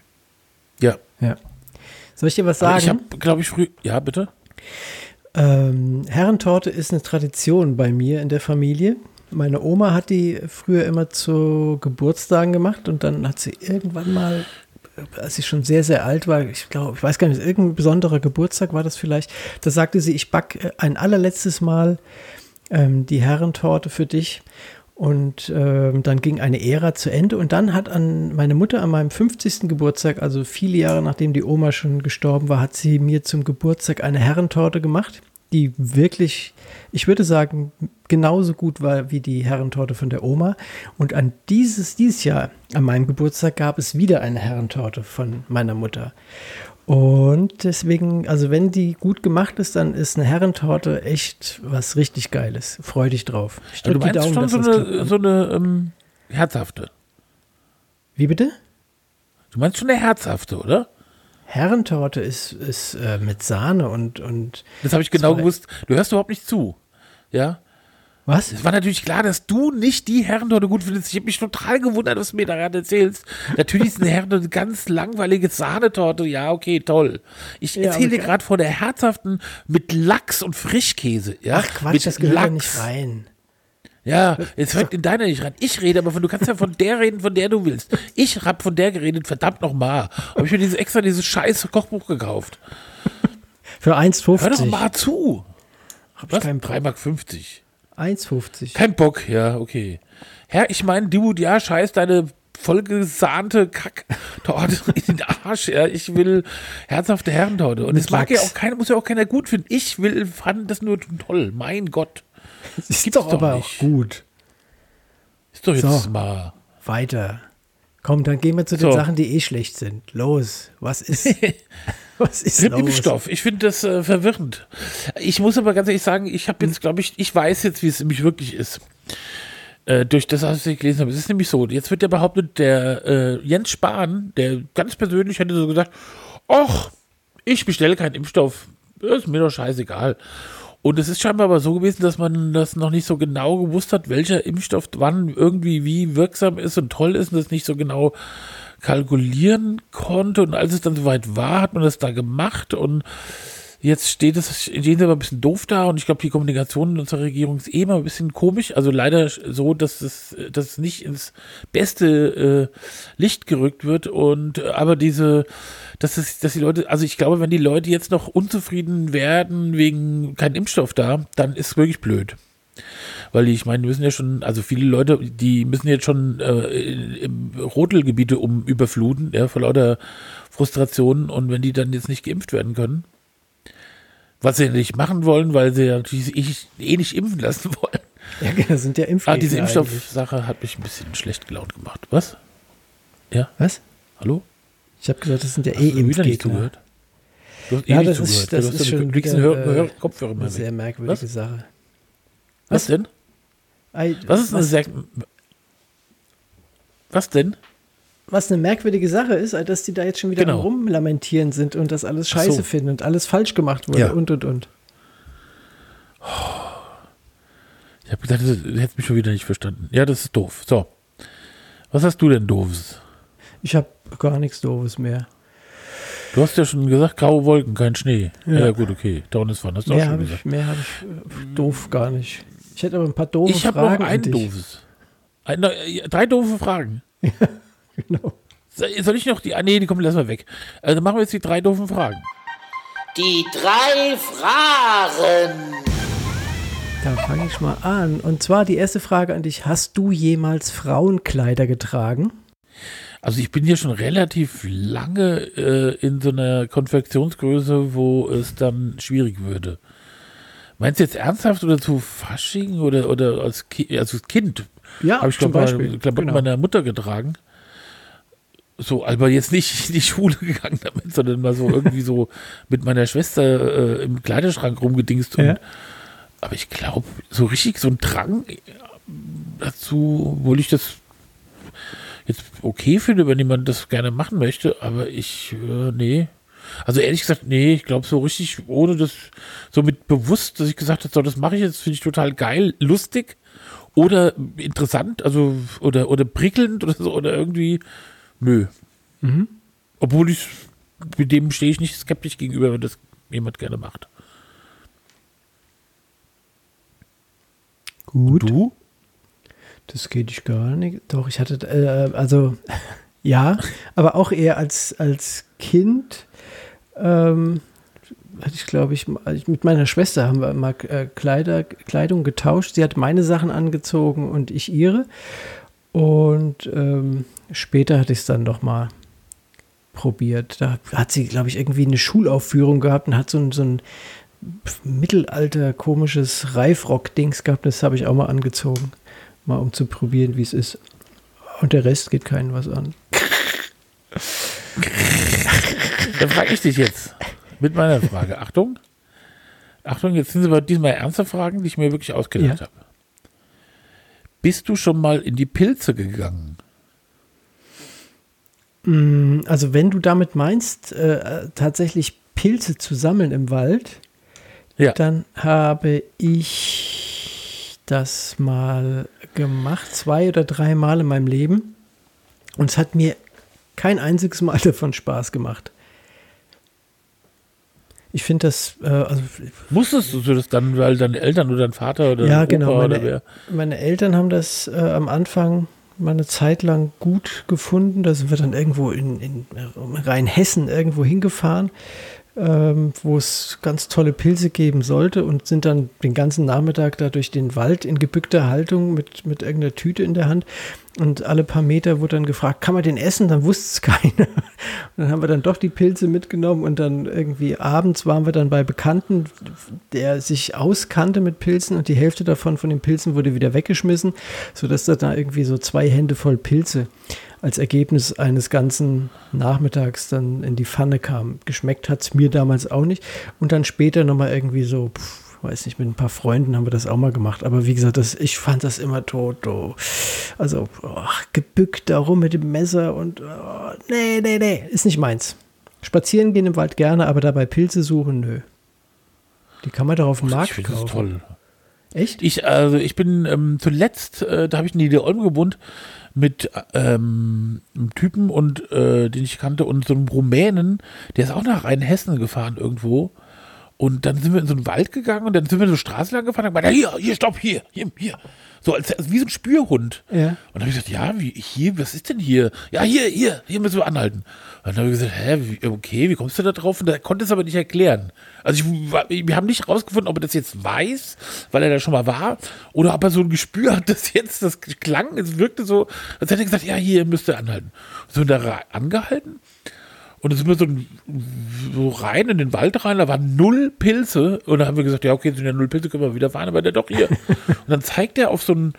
Ja.
Ja. Soll ich dir was sagen?
Aber ich habe, glaube ich, früh, ja, bitte?
Ähm, Herrentorte ist eine Tradition bei mir in der Familie. Meine Oma hat die früher immer zu Geburtstagen gemacht und dann hat sie irgendwann mal, als sie schon sehr, sehr alt war, ich glaube, ich weiß gar nicht, irgendein besonderer Geburtstag war das vielleicht, da sagte sie, ich backe ein allerletztes Mal ähm, die Herrentorte für dich. Und ähm, dann ging eine Ära zu Ende und dann hat an meine Mutter an meinem fünfzigsten Geburtstag, also viele Jahre nachdem die Oma schon gestorben war, hat sie mir zum Geburtstag eine Herrentorte gemacht, die wirklich, ich würde sagen, genauso gut war wie die Herrentorte von der Oma. Und an dieses, dieses Jahr, an meinem Geburtstag, gab es wieder eine Herrentorte von meiner Mutter. Und deswegen, also wenn die gut gemacht ist, dann ist eine Herrentorte echt was richtig Geiles. Freu dich drauf. Ich
Also
drück
du
die
meinst
Daumen,
schon
dass
so
das
eine,
klappt.
so eine ähm, herzhafte?
Wie bitte?
Du meinst schon eine herzhafte, oder?
Herrentorte ist, ist äh, mit Sahne und, und.
Das habe ich genau gewusst. Du hörst überhaupt nicht zu. Ja?
Was?
Es war natürlich klar, dass du nicht die Herrentorte gut findest. Ich habe mich total gewundert, was du mir da gerade erzählst. Natürlich ist eine Herrentorte eine ganz langweilige Sahnetorte. Ja, okay, toll. Ich
Ja,
erzähle dir
aber-
gerade von der herzhaften mit Lachs und Frischkäse. Ja?
Ach Quatsch,
mit
das gehört
Lachs.
ja nicht rein.
Ja, jetzt hört in deiner nicht rein. Ich rede aber von, du kannst ja von der reden, von der du willst. Ich hab von der geredet, verdammt nochmal. Habe ich mir dieses extra dieses scheiß Kochbuch gekauft.
Für eins
Hör
fünfzig.
doch mal zu.
Hab ich
Was?
keinen Bock.
drei Mark fünfzig.
eins fünfzig.
Kein Bock, ja, okay. Herr, ich meine, du, ja, scheiß deine vollgesahnte Kacktorte in den Arsch, ja. Ich will herzhafte Herrentorte. Und
Mit
es mag ja
Lachs.
auch keiner, muss ja auch keiner gut finden. Ich will, fand das nur toll. Mein Gott.
Das ist
gibt's
doch
doch
aber auch
nicht.
gut.
Ist doch jetzt
So.
mal.
Weiter. Komm, dann gehen wir zu den
So.
Sachen, die eh schlecht sind. Los. Was ist, was ist los?
Impfstoff. Ich finde das äh, verwirrend. Ich muss aber ganz ehrlich sagen, ich habe jetzt, glaube ich, ich weiß jetzt, wie es nämlich wirklich ist. Äh, durch das, was ich gelesen habe. Es ist nämlich so, jetzt wird ja behauptet, der äh, Jens Spahn, der ganz persönlich hätte so gesagt, ach, ich bestelle keinen Impfstoff. Das ist mir doch scheißegal. Und es ist scheinbar aber so gewesen, dass man das noch nicht so genau gewusst hat, welcher Impfstoff wann irgendwie wie wirksam ist und toll ist und das nicht so genau kalkulieren konnte. Und als es dann soweit war, hat man das da gemacht und jetzt steht es, stehen sie aber ein bisschen doof da und ich glaube, die Kommunikation in unserer Regierung ist eh immer ein bisschen komisch. Also leider so, dass es, dass es nicht ins beste äh, Licht gerückt wird und äh, aber diese, dass es, dass die Leute, also ich glaube, wenn die Leute jetzt noch unzufrieden werden wegen kein Impfstoff da, dann ist es wirklich blöd. Weil die, ich meine, die müssen ja schon, also viele Leute, die müssen jetzt schon äh, im Rotelgebiete um überfluten, ja, vor lauter Frustrationen und wenn die dann jetzt nicht geimpft werden können, was sie nicht machen wollen, weil sie ja natürlich eh- eh nicht impfen lassen wollen.
Ja, genau, das sind ja Impfgegner
Ah, diese
eigentlich.
Impfstoffsache hat mich ein bisschen schlecht gelaunt gemacht. Was? Ja?
Was?
Hallo?
Ich habe gesagt, das sind ja
Hast
eh
du wieder nicht
Impfgegner.
zugehört? Du hast eh
Ja,
nicht
das
zugehört.
ist, das
du hast
ist
ja-
schon
du kriegst
wieder,
einen Hör
äh,
Hör Kopfhörer
eine
mehr
sehr
weg.
merkwürdige
Was?
Sache.
Was denn?
Ei,
Was ist eine sehr... Was denn?
was eine merkwürdige Sache ist, dass die da jetzt schon wieder
Genau.
am Rumlamentieren sind und das alles
Ach so.
scheiße finden und alles falsch gemacht wurde
Ja.
und und und.
Ich habe gedacht, du hättest mich schon wieder nicht verstanden. Ja, das ist doof. So. Was hast du denn doofes?
Ich habe gar nichts Doofes mehr.
Du hast ja schon gesagt, graue Wolken, kein Schnee. Ja,
Ja.
gut, okay. Down is fun. Hast du auch
Mehr
schon
habe
gesagt.
ich, mehr hab ich äh, doof gar nicht. Ich hätte aber ein paar doofe
Ich habe
Fragen
noch
an
ein
dich.
doofes. Ein, äh, drei doofe Fragen.
Genau.
Soll ich noch die... Ah, nee, die kommen, lassen wir weg. Also machen wir jetzt die drei doofen Fragen.
Die drei Fragen.
Da fange ich mal an. Und zwar die erste Frage an dich. Hast du jemals Frauenkleider getragen?
Also ich bin hier schon relativ lange äh, in so einer Konfektionsgröße, wo es dann schwierig würde. Meinst du jetzt ernsthaft oder zu Fasching oder, oder als, Ki also als Kind?
Ja,
Habe ich
zum
glaube mal
Beispiel.
Klamotten
Genau.
meiner Mutter getragen. So, aber jetzt nicht in die Schule gegangen damit, sondern mal so irgendwie so mit meiner Schwester äh, im Kleiderschrank rumgedingst. Und,
Ja.
aber ich glaube, so richtig so ein Drang äh, dazu, obwohl ich das jetzt okay finde, wenn jemand das gerne machen möchte, aber ich, äh, nee. Also ehrlich gesagt, nee, ich glaube so richtig, ohne das, so mit bewusst, dass ich gesagt habe, so, das mache ich jetzt, finde ich total geil, lustig oder interessant, also oder, oder prickelnd oder so, oder irgendwie, nö.
Mhm.
Obwohl ich, mit dem stehe ich nicht skeptisch gegenüber, wenn das jemand gerne macht.
Gut.
Und du?
Das geht ich gar nicht. Doch, ich hatte, äh, also, ja, aber auch eher als, als Kind, ähm, hatte ich, glaube ich, mal- mit meiner Schwester haben wir mal äh, Kleider, Kleidung getauscht. Sie hat meine Sachen angezogen und ich ihre. Und ähm, später hatte ich es dann noch mal probiert. Da hat sie, glaube ich, irgendwie eine Schulaufführung gehabt und hat so ein, so ein Mittelalter komisches Reifrock-Dings gehabt. Das habe ich auch mal angezogen. Mal um zu probieren, wie es ist. Und der Rest geht keinen was an.
Dann frage ich dich jetzt mit meiner Frage. Achtung. Achtung, jetzt sind es aber diesmal ernste Fragen, die ich mir wirklich ausgedacht
Ja.
habe. Bist du schon mal in die Pilze gegangen?
Also wenn du damit meinst, äh, tatsächlich Pilze zu sammeln im Wald,
Ja.
dann habe ich das mal gemacht, zwei oder drei Mal in meinem Leben. Und es hat mir kein einziges Mal davon Spaß gemacht. Ich finde das, äh, also
Musstest du das dann, weil deine Eltern oder dein Vater oder
ja,
Opa
genau.
oder
Meine,
wer?
meine Eltern haben das äh, am Anfang mal eine Zeit lang gut gefunden. Da sind wir dann irgendwo in, in Rheinhessen irgendwo hingefahren, ähm, wo es ganz tolle Pilze geben sollte und sind dann den ganzen Nachmittag da durch den Wald in gebückter Haltung mit, mit irgendeiner Tüte in der Hand. Und alle paar Meter wurde dann gefragt, kann man den essen? Dann wusste es keiner. Und dann haben wir dann doch die Pilze mitgenommen und dann irgendwie abends waren wir dann bei Bekannten, der sich auskannte mit Pilzen und die Hälfte davon von den Pilzen wurde wieder weggeschmissen, sodass da dann irgendwie so zwei Hände voll Pilze als Ergebnis eines ganzen Nachmittags dann in die Pfanne kam. Geschmeckt hat es mir damals auch nicht. Und dann später nochmal irgendwie so, pff, weiß nicht, mit ein paar Freunden haben wir das auch mal gemacht. Aber wie gesagt, das, ich fand das immer tot. Oh. Also oh, gebückt da rum mit dem Messer und oh, nee, nee, nee, ist nicht meins. Spazieren gehen im Wald gerne, aber dabei Pilze suchen, nö. Die kann man doch auf dem Markt
Ich finde das
kaufen.
toll.
Echt?
Ich, also ich bin ähm, zuletzt, äh, da habe ich in Niederolm gewohnt, mit ähm, einem Typen, und äh, den ich kannte, und so einem Rumänen, der ist auch nach Rheinhessen gefahren irgendwo. Und dann sind wir in so einen Wald gegangen und dann sind wir so eine Straße lang gefahren und haben gesagt, hier, hier, stopp, hier, hier, hier. So als, als wie so ein Spürhund.
Ja.
Und dann habe ich gesagt, ja, wie, hier, was ist denn hier? Ja, hier, hier, hier müssen wir anhalten. Und dann habe ich gesagt, hä, wie, okay, wie kommst du da drauf? Und er konnte es aber nicht erklären. Also ich, war- wir haben nicht rausgefunden, ob er das jetzt weiß, weil er da schon mal war, oder ob er so ein Gespür hat, dass jetzt das klang, es wirkte so, als hätte er gesagt, ja, hier müsst ihr anhalten. So, und da ra- angehalten. Und dann sind wir so, so rein in den Wald rein, da waren null Pilze. Und dann haben wir gesagt, ja, okay, sind ja null Pilze, können wir wieder fahren, aber der doch hier. Und dann zeigt er auf so ein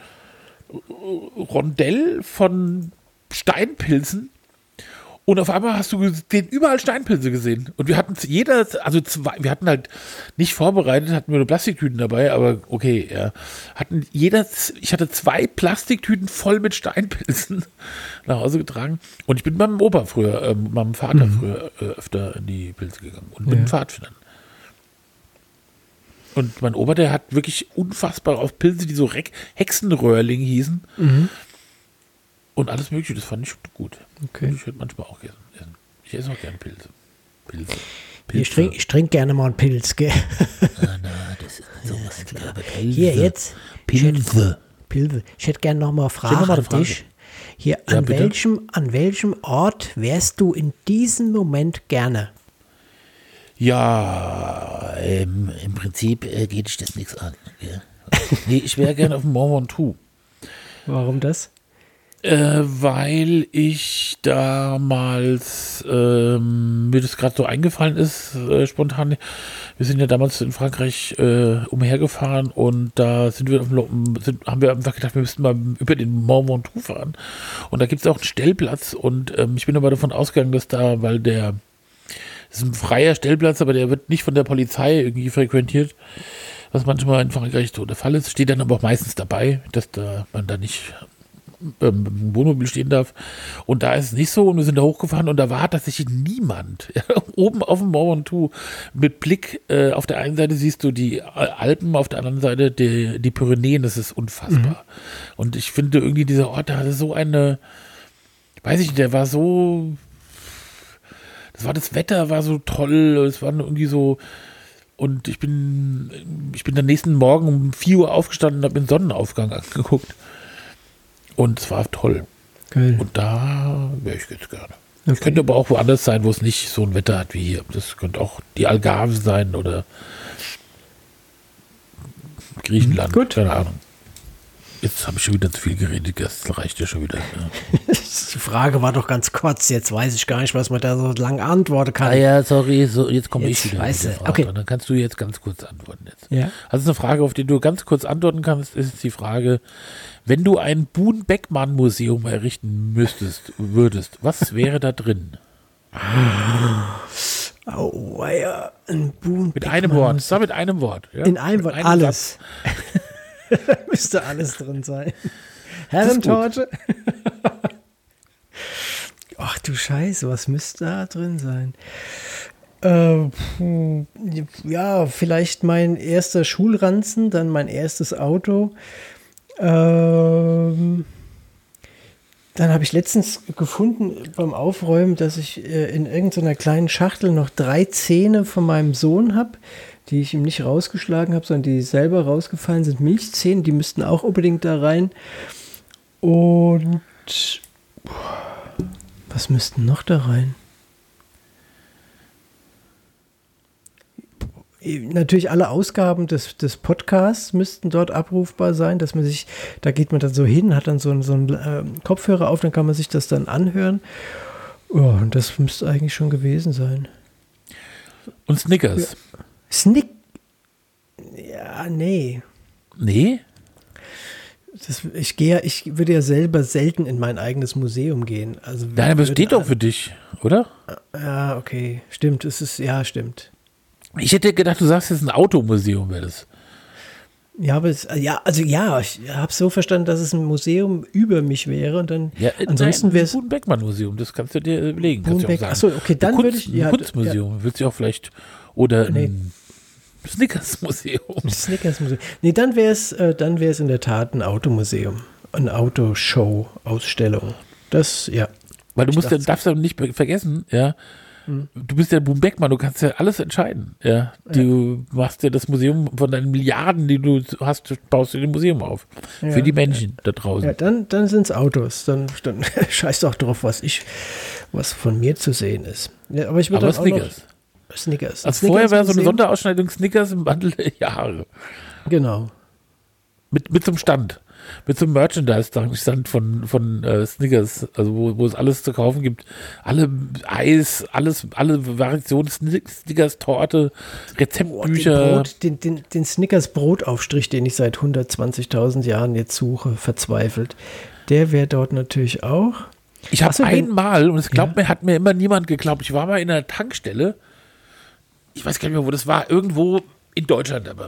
Rondell von Steinpilzen. Und auf einmal hast du gesehen, überall Steinpilze gesehen. Und wir hatten jeder, also zwei, wir hatten halt nicht vorbereitet, hatten wir nur Plastiktüten dabei, aber okay, ja. Hatten jeder, ich hatte zwei Plastiktüten voll mit Steinpilzen nach Hause getragen. Und ich bin mit meinem Opa früher, äh, mit meinem Vater früher äh, öfter in die Pilze gegangen. Und mit
Ja.
den Pfadfindern. Und mein Opa, der hat wirklich unfassbar auf Pilze, die so Reck- Hexenröhrling hießen. Und alles Mögliche, das fand ich gut.
Okay.
Ich würde manchmal auch gerne essen. Ich esse auch gerne Pilze. Pilze.
Ich trinke ich trink gerne mal einen Pilz, gell?
Ah, na, das ist sowas. Ja, aber Pilze.
Hier, jetzt.
Pilze.
Pilze. Ich hätte gerne noch mal eine Frage
noch mal eine
an
Frage.
dich. Hier,
Ja,
an,
bitte.
welchem, an welchem Ort wärst du in diesem Moment gerne?
Ja, ähm, im Prinzip äh, geht dich das nichts an. Gell? Nee, ich wäre gerne auf dem Mont Ventoux.
Warum das?
Äh, weil ich damals, ähm, mir das gerade so eingefallen ist, äh, spontan. Wir sind ja damals in Frankreich äh, umhergefahren und da sind wir auf dem, Lo- sind, haben wir einfach gedacht, wir müssten mal über den Mont Ventoux fahren. Und da gibt es auch einen Stellplatz und ähm, ich bin aber davon ausgegangen, dass da, weil der, das ist ein freier Stellplatz, aber der wird nicht von der Polizei irgendwie frequentiert, was manchmal in Frankreich so der Fall ist. Steht dann aber auch meistens dabei, dass da man da nicht ähm, im Wohnmobil stehen darf. Und da ist es nicht so. Und wir sind da hochgefahren und da war tatsächlich niemand. Ja, oben auf dem Mont Ventoux mit Blick, äh, auf der einen Seite siehst du die Alpen, auf der anderen Seite die, die Pyrenäen. Das ist unfassbar. Und ich finde irgendwie, dieser Ort, der hatte so eine, weiß ich nicht, der war so, das war, das Wetter war so toll. Es war irgendwie so. Und ich bin, ich bin am nächsten Morgen um vier Uhr aufgestanden und habe den Sonnenaufgang angeguckt. Und es war toll.
Geil.
Und da wäre ich jetzt gerne.
Okay.
Es könnte aber auch woanders sein, wo es nicht so ein Wetter hat wie hier. Das könnte auch die Algarve sein oder Griechenland.
Gut.
Keine Ahnung. Jetzt habe ich schon wieder zu viel geredet. Das reicht ja schon wieder. Ja.
Die Frage war doch ganz kurz. Jetzt weiß ich gar nicht, was man da so lang antworten kann.
Ah ja, sorry, so, jetzt komme
Jetzt
ich wieder.
weißt
mit der
du,
Frage.
okay.
Und dann kannst du jetzt ganz kurz antworten jetzt.
Ja.
Also eine Frage, auf die du ganz kurz antworten kannst, ist die Frage, wenn du ein Boon-Beckmann-Museum errichten müsstest, würdest, was wäre da drin?
Oh, ja. Ein Boom.
Mit einem Wort. Sag mit einem Wort. Ja?
In einem
Mit
Wort.
Satz.
Alles. Da müsste alles drin sein. Herrentorte. Ach, du Scheiße, was müsste da drin sein? Äh, puh, ja, vielleicht mein erster Schulranzen, dann mein erstes Auto. Ähm, dann habe ich letztens gefunden beim Aufräumen, dass ich äh, in irgendeiner kleinen Schachtel noch drei Zähne von meinem Sohn habe, die ich ihm nicht rausgeschlagen habe, sondern die selber rausgefallen sind. Milchzähne, die müssten auch unbedingt da rein. Und was müssten noch da rein? Natürlich alle Ausgaben des, des Podcasts müssten dort abrufbar sein, dass man sich, da geht man dann so hin, hat dann so einen, so einen äh, Kopfhörer auf, dann kann man sich das dann anhören. Ja, und das müsste eigentlich schon gewesen sein.
Und Snickers.
Ja. Snick. Ja, nee.
Nee?
Das, ich gehe, ich würde ja selber selten in mein eigenes Museum gehen. Also
Nein, aber es steht doch für dich, oder?
Ja, okay. Stimmt, es ist, ja, stimmt.
Ich hätte gedacht, du sagst jetzt ein Automuseum wäre das.
Ja, aber es, ja, also ja, ich habe es so verstanden, dass es ein Museum über mich wäre und dann
ja,
ansonsten wäre es
ein Buhn-Beckmann-Museum, das kannst du dir überlegen.
Buhn-Beck, achso, okay, dann würde ich
ja, ein Kunstmuseum, ja. Willst du auch vielleicht oder
nee.
ein Snickers-Museum.
Snickers-Museum. Nee, dann wäre es äh, dann wäre es in der Tat ein Automuseum, eine Autoshow-Ausstellung. Das, ja.
Weil du musst ja, darfst ja nicht vergessen, ja, du bist ja Boom Beckmann, du kannst ja alles entscheiden. Ja. Du ja. machst ja das Museum von deinen Milliarden, die du hast, baust du ein Museum auf. Ja. Für die Menschen ja. da draußen.
Ja, dann, dann sind es Autos. Dann, dann scheiß doch drauf, was ich, was von mir zu sehen ist. Ja, aber ich würde dann auch
Snickers.
noch Snickers.
Also Snickers vorher wäre so eine Sonderausschneidung Snickers im Wandel der Jahre.
Genau.
Mit, mit zum Stand. Mit so einem Merchandise-Stand von, von äh, Snickers, also wo, wo es alles zu kaufen gibt. Alle Eis, alles, alle Variationen, Snickers, Torte, Rezeptbücher.
Oh, den, den, den, den Snickers-Brotaufstrich, den ich seit hundertzwanzigtausend Jahren jetzt suche, verzweifelt, der wäre dort natürlich auch.
Ich habe einmal, und es glaubt ja. mir, hat mir immer niemand geglaubt, ich war mal in einer Tankstelle, ich weiß gar nicht mehr, wo das war, irgendwo in Deutschland aber.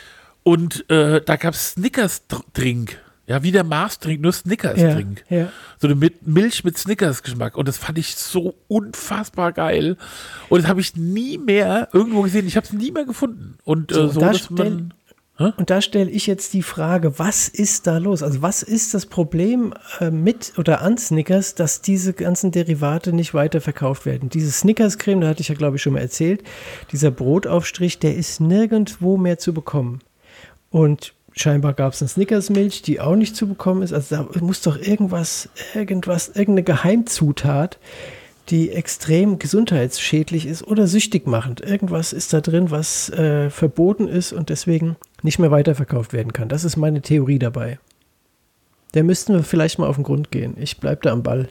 Und äh, da gab es Snickers-Drink. Ja, wie der Mars-Drink, nur Snickers-Drink.
Ja, ja.
So eine mit Milch mit Snickers-Geschmack. Und das fand ich so unfassbar geil. Und das habe ich nie mehr irgendwo gesehen. Ich habe es nie mehr gefunden. Und
so,
äh, so,
da
dass man... Hä?
Und da stelle ich jetzt die Frage, was ist da los? Also was ist das Problem äh, mit oder an Snickers, dass diese ganzen Derivate nicht weiterverkauft werden? Diese Snickers-Creme, da hatte ich ja, glaube ich, schon mal erzählt, dieser Brotaufstrich, der ist nirgendwo mehr zu bekommen. Und scheinbar gab es eine Snickers-Milch, die auch nicht zu bekommen ist. Also da muss doch irgendwas, irgendwas, irgendeine Geheimzutat, die extrem gesundheitsschädlich ist oder süchtig machend. Irgendwas ist da drin, was äh, verboten ist und deswegen nicht mehr weiterverkauft werden kann. Das ist meine Theorie dabei. Der müssten wir vielleicht mal auf den Grund gehen. Ich bleibe da am Ball.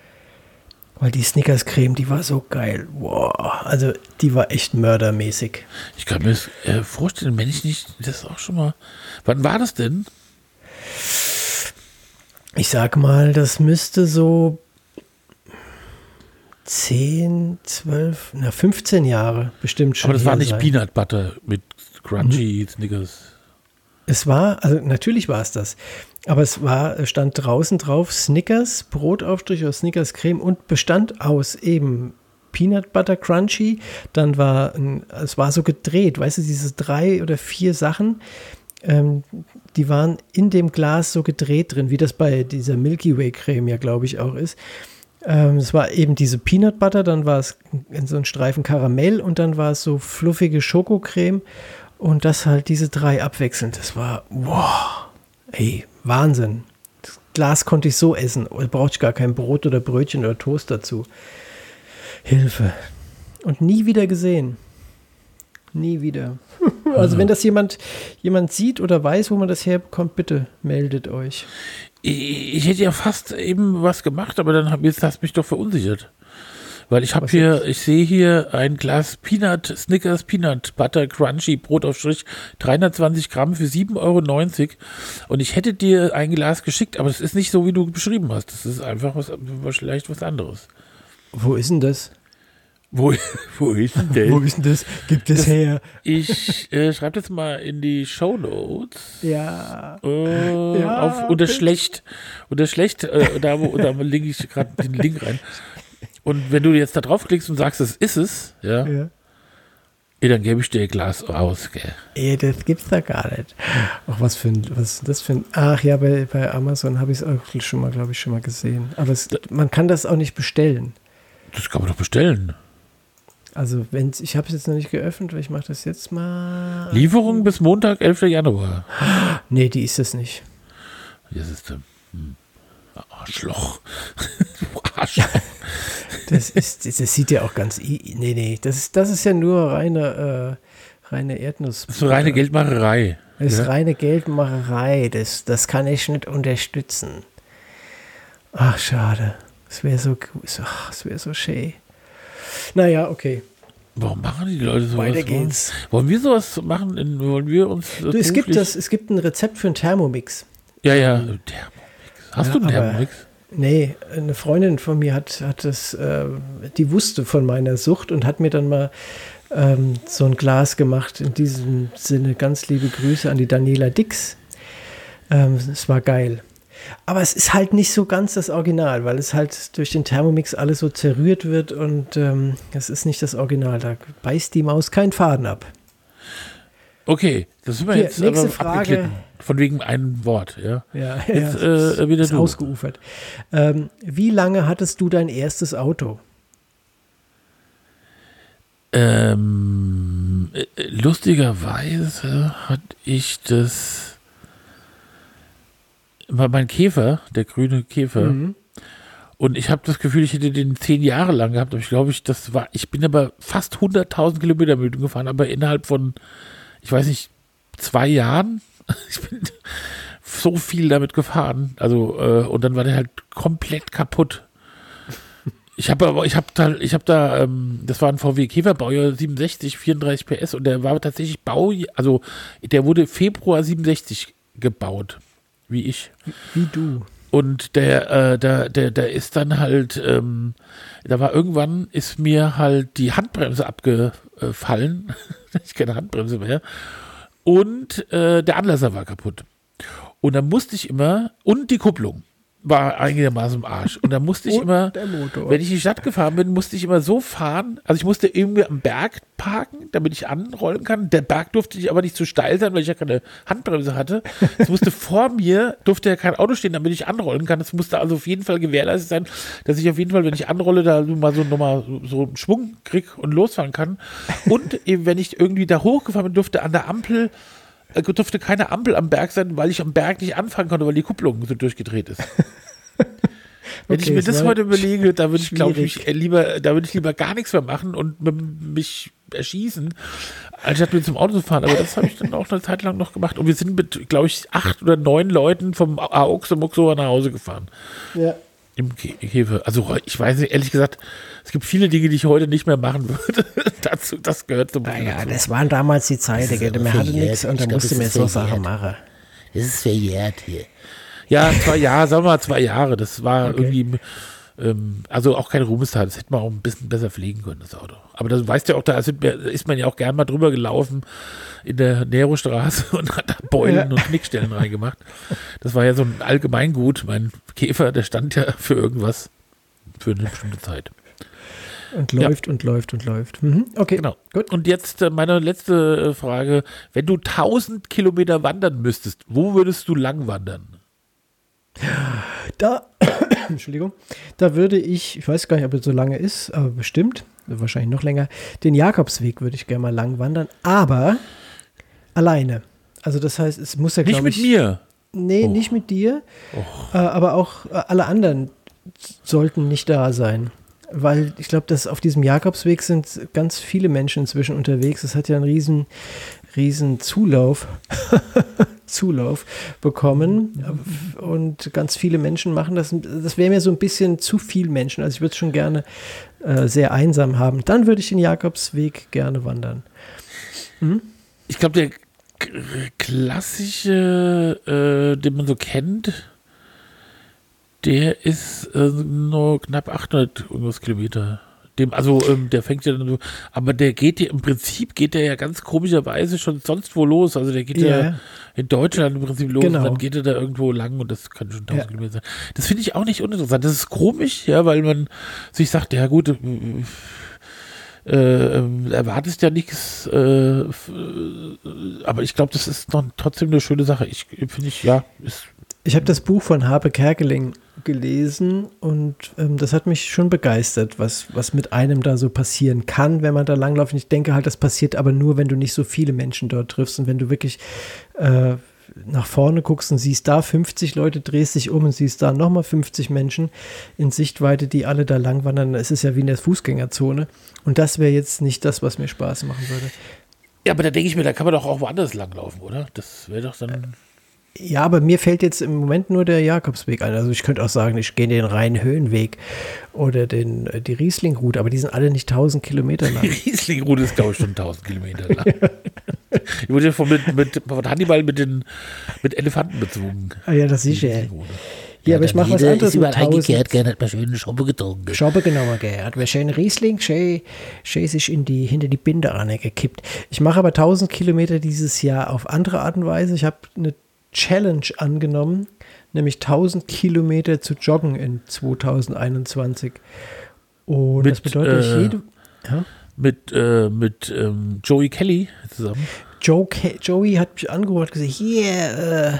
Weil die Snickers-Creme, die war so geil. Wow, also die war echt mördermäßig.
Ich kann mir das äh, vorstellen, wenn ich nicht, das auch schon mal. Wann war das denn?
Ich sag mal, das müsste so zehn, zwölf, na fünfzehn Jahre bestimmt schon.
Aber das war nicht
sein.
Peanut Butter mit Crunchy mhm. Snickers.
Es war, also natürlich war es das, aber es war, stand draußen drauf Snickers, Brotaufstrich oder Snickers Creme und bestand aus eben Peanut Butter Crunchy, dann war, ein, es war so gedreht, weißt du, diese drei oder vier Sachen, ähm, die waren in dem Glas so gedreht drin, wie das bei dieser Milky Way Creme ja, glaube ich, auch ist. Ähm, es war eben diese Peanut Butter, dann war es in so ein Streifen Karamell und dann war es so fluffige Schokocreme. Und das halt diese drei abwechselnd. Das war, wow, ey, Wahnsinn. Das Glas konnte ich so essen. Da brauchte ich gar kein Brot oder Brötchen oder Toast dazu. Hilfe. Und nie wieder gesehen. Nie wieder. Also wenn das jemand, jemand sieht oder weiß, wo man das herbekommt, bitte meldet euch.
Ich, ich hätte ja fast eben was gemacht, aber dann jetzt hast du mich doch verunsichert. Weil ich habe hier, ich sehe hier ein Glas Peanut, Snickers Peanut Butter Crunchy Brotaufstrich, dreihundertzwanzig Gramm für sieben Euro neunzig. Und ich hätte dir ein Glas geschickt, aber es ist nicht so, wie du beschrieben hast. Das ist einfach was, vielleicht was anderes.
Wo ist denn das?
Wo, wo ist denn das?
Wo ist denn das? Gibt es
das,
her?
Ich äh, schreibe das mal in die Shownotes.
Ja.
Äh,
ja
auf, unter schlecht. Unter schlecht, äh, da, wo, da lege ich gerade den Link rein. Und wenn du jetzt da draufklickst und sagst, das ist es, ja,
Ja.
eh, dann gebe ich dir ein Glas aus, gell.
Ey, das gibt's da gar nicht. Ach, was für ein, was ist das für ein, ach ja, bei, bei Amazon habe ich es auch schon mal, glaube ich, schon mal gesehen. Aber es, man kann das auch nicht bestellen.
Das kann man doch bestellen.
Also, wenn ich habe es jetzt noch nicht geöffnet, weil ich mache das jetzt mal.
Lieferung bis Montag, elfter Januar.
Nee, die ist es nicht.
Das ist der hm, Arschloch. Arschloch.
Das ist, das sieht ja auch ganz, i- nee, nee, das ist, das ist ja nur reine, äh, reine Erdnuss.
Das ist so reine Geldmacherei.
Das ist
Ja?
reine Geldmacherei, das, das kann ich nicht unterstützen. Ach, schade. Das wäre so, so, ach, das wäre so schön. Naja, okay.
Warum machen die Leute sowas?
Weiter geht's.
Wollen wir sowas machen? In, wollen wir uns äh,
Du, es, gibt
beruflich-
das, es gibt ein Rezept für einen Thermomix.
Ja, ja. Thermomix. Hast
Ja,
du einen
aber-
Thermomix?
Nee, eine Freundin von mir hat, hat das, äh, die wusste von meiner Sucht und hat mir dann mal ähm, so ein Glas gemacht. In diesem Sinne ganz liebe Grüße an die Daniela Dix. Ähm, es war geil. Aber es ist halt nicht so ganz das Original, weil es halt durch den Thermomix alles so zerrührt wird und ähm, es ist nicht das Original. Da beißt die Maus keinen Faden ab.
Okay, das sind wir
Hier,
jetzt
nächste
aber
Frage.
abgeglitten. Von wegen einem Wort, ja.
Ja,
Jetzt,
ja,
äh, wieder
ist
du.
ausgeufert. Ähm, wie lange hattest du dein erstes Auto?
Ähm, äh, lustigerweise hatte ich das, war mein Käfer, der grüne Käfer,
Mhm.
und ich habe das Gefühl, ich hätte den zehn Jahre lang gehabt, aber ich glaube, ich, das war, ich bin aber fast hunderttausend Kilometer mit ihm gefahren, aber innerhalb von, ich weiß nicht, zwei Jahren. Ich bin so viel damit gefahren, also, äh, und dann war der halt komplett kaputt. Ich habe aber, ich habe da, ich habe da, ähm, das war ein V W Käfer, Baujahr siebenundsechzig, vierunddreißig P S, und der war tatsächlich Bau, also der wurde Februar siebenundsechzig gebaut, wie ich.
Wie du.
Und der, äh, der, der, der ist dann halt, ähm, da war irgendwann, ist mir halt die Handbremse abgefallen. Ich keine Handbremse mehr. Und äh, der Anlasser war kaputt. Und dann musste ich immer, und die Kupplung war einigermaßen im Arsch. Und dann musste ich
Und
immer,
der Motor.
wenn ich in die Stadt gefahren bin, musste ich immer so fahren. Also ich musste irgendwie am Berg parken, damit ich anrollen kann. Der Berg durfte ich aber nicht zu steil sein, weil ich ja keine Handbremse hatte. Es musste vor mir, durfte ja kein Auto stehen, damit ich anrollen kann. Es musste also auf jeden Fall gewährleistet sein, dass ich auf jeden Fall, wenn ich anrolle, da mal so nochmal so einen Schwung krieg und losfahren kann. Und eben, wenn ich irgendwie da hochgefahren bin, durfte an der Ampel äh, durfte keine Ampel am Berg sein, weil ich am Berg nicht anfangen konnte, weil die Kupplung so durchgedreht ist. Wenn ich
Okay,
mir
es
das
war
heute überlege, da würde ich, glaube
schwierig.
ich, lieber, da würde ich lieber gar nichts mehr machen und m- mich erschießen, anstatt mit zum Auto zu fahren. Aber das habe ich dann auch eine Zeit lang noch gemacht. Und wir sind mit, glaube ich, acht oder neun Leuten vom Auxermuxor nach Hause gefahren.
Ja.
Im Kä- Käfer. Also ich weiß nicht, ehrlich gesagt, es gibt viele Dinge, die ich heute nicht mehr machen würde. Dazu, das gehört zum
Naja,
dazu.
das waren damals die Zeiten,
ist
gell.
aber
Man hatte
verjährt.
nichts und
Ich
dann
glaub,
musste
das
man
ist
so
verjährt.
Sachen machen.
Das ist verjährt hier.
Ja, zwei Jahre, sagen wir mal zwei Jahre. Das war
Okay.
irgendwie, ähm, also auch kein Ruhmestal. Das hätte man auch ein bisschen besser pflegen können, das Auto. Aber das weißt du ja auch, da sind wir, ist man ja auch gern mal drüber gelaufen in der Nerostraße und hat da Beulen
Ja.
und Knickstellen reingemacht. Das war ja so ein Allgemeingut. Mein Käfer, der stand ja für irgendwas, für eine bestimmte Zeit.
Und
Ja.
läuft und läuft und läuft. Mhm. Okay,
Genau.
gut.
Und jetzt äh, meine letzte äh, Frage. Wenn du tausend Kilometer wandern müsstest, wo würdest du lang wandern?
Da, Entschuldigung, da würde ich, ich weiß gar nicht, ob es so lange ist, aber bestimmt, wahrscheinlich noch länger, den Jakobsweg würde ich gerne mal lang wandern, aber alleine. Also das heißt, es muss ja,
Nicht
glaube
mit
ich...
mir.
Nee,
Oh.
nicht mit dir, äh, aber auch äh, alle anderen sollten nicht da sein. Weil ich glaube, dass auf diesem Jakobsweg sind ganz viele Menschen inzwischen unterwegs. Es hat ja einen riesen, riesen Zulauf, Zulauf bekommen. Und ganz viele Menschen machen das. Das wäre mir so ein bisschen zu viel Menschen. Also ich würde es schon gerne äh, sehr einsam haben. Dann würde ich den Jakobsweg gerne wandern.
Ich glaube, der k- klassische, äh, den man so kennt, der ist äh, nur knapp achthundert irgendwas Kilometer. Dem, also ähm, der fängt ja dann so, aber der geht ja im Prinzip geht der ja ganz komischerweise schon sonst wo los. Also der geht ja,
Ja.
in Deutschland im Prinzip los
Genau.
und dann geht er da irgendwo lang und das kann schon tausend
Ja.
Kilometer sein. Das finde ich auch nicht uninteressant. Das ist komisch, ja, weil man sich sagt, ja gut, äh, äh, erwartest ja nichts, äh, f- äh, aber ich glaube, das ist noch trotzdem eine schöne Sache. Ich finde ich, ja, ist
Ich habe das Buch von Harpe Kerkeling gelesen und ähm, das hat mich schon begeistert, was, was mit einem da so passieren kann, wenn man da langläuft. Und ich denke halt, das passiert aber nur, wenn du nicht so viele Menschen dort triffst und wenn du wirklich äh, nach vorne guckst und siehst da fünfzig Leute, drehst dich um und siehst da nochmal fünfzig Menschen in Sichtweite, die alle da lang wandern. Es ist ja wie in der Fußgängerzone und das wäre jetzt nicht das, was mir Spaß machen würde.
ja, aber da denke ich mir, da kann man doch auch woanders langlaufen, oder? Das wäre doch dann.
Ja, aber mir fällt jetzt im Moment nur der Jakobsweg ein. Also ich könnte auch sagen, ich gehe den Rhein-Höhenweg oder den, die Riesling-Route, aber die sind alle nicht tausend Kilometer lang.
Die Riesling-Route ist, glaube ich, schon tausend Kilometer lang. Ich wurde ja von, mit, mit, von Hannibal mit, den, mit Elefanten bezogen.
Ah ja, das ist ja.
Riesling-Route.
Ja, aber ich mache was
Jeder
anderes
ist überall
mit tausend.
eingekehrt, gerne hat man schöne Schoppe getrunken.
Schoppe genauer gehört. Wer schön Riesling, schön, schön sich in die, hinter die Binde gekippt. Ich mache aber tausend Kilometer dieses Jahr auf andere Art und Weise. Ich habe eine Challenge angenommen, nämlich tausend Kilometer zu joggen in zweitausendeinundzwanzig. Und
Mit,
das bedeutet,
äh,
jede, ja?
Mit, äh, mit ähm, Joey Kelly zusammen.
Joe Ke- Joey hat mich angerufen und gesagt, hier, äh,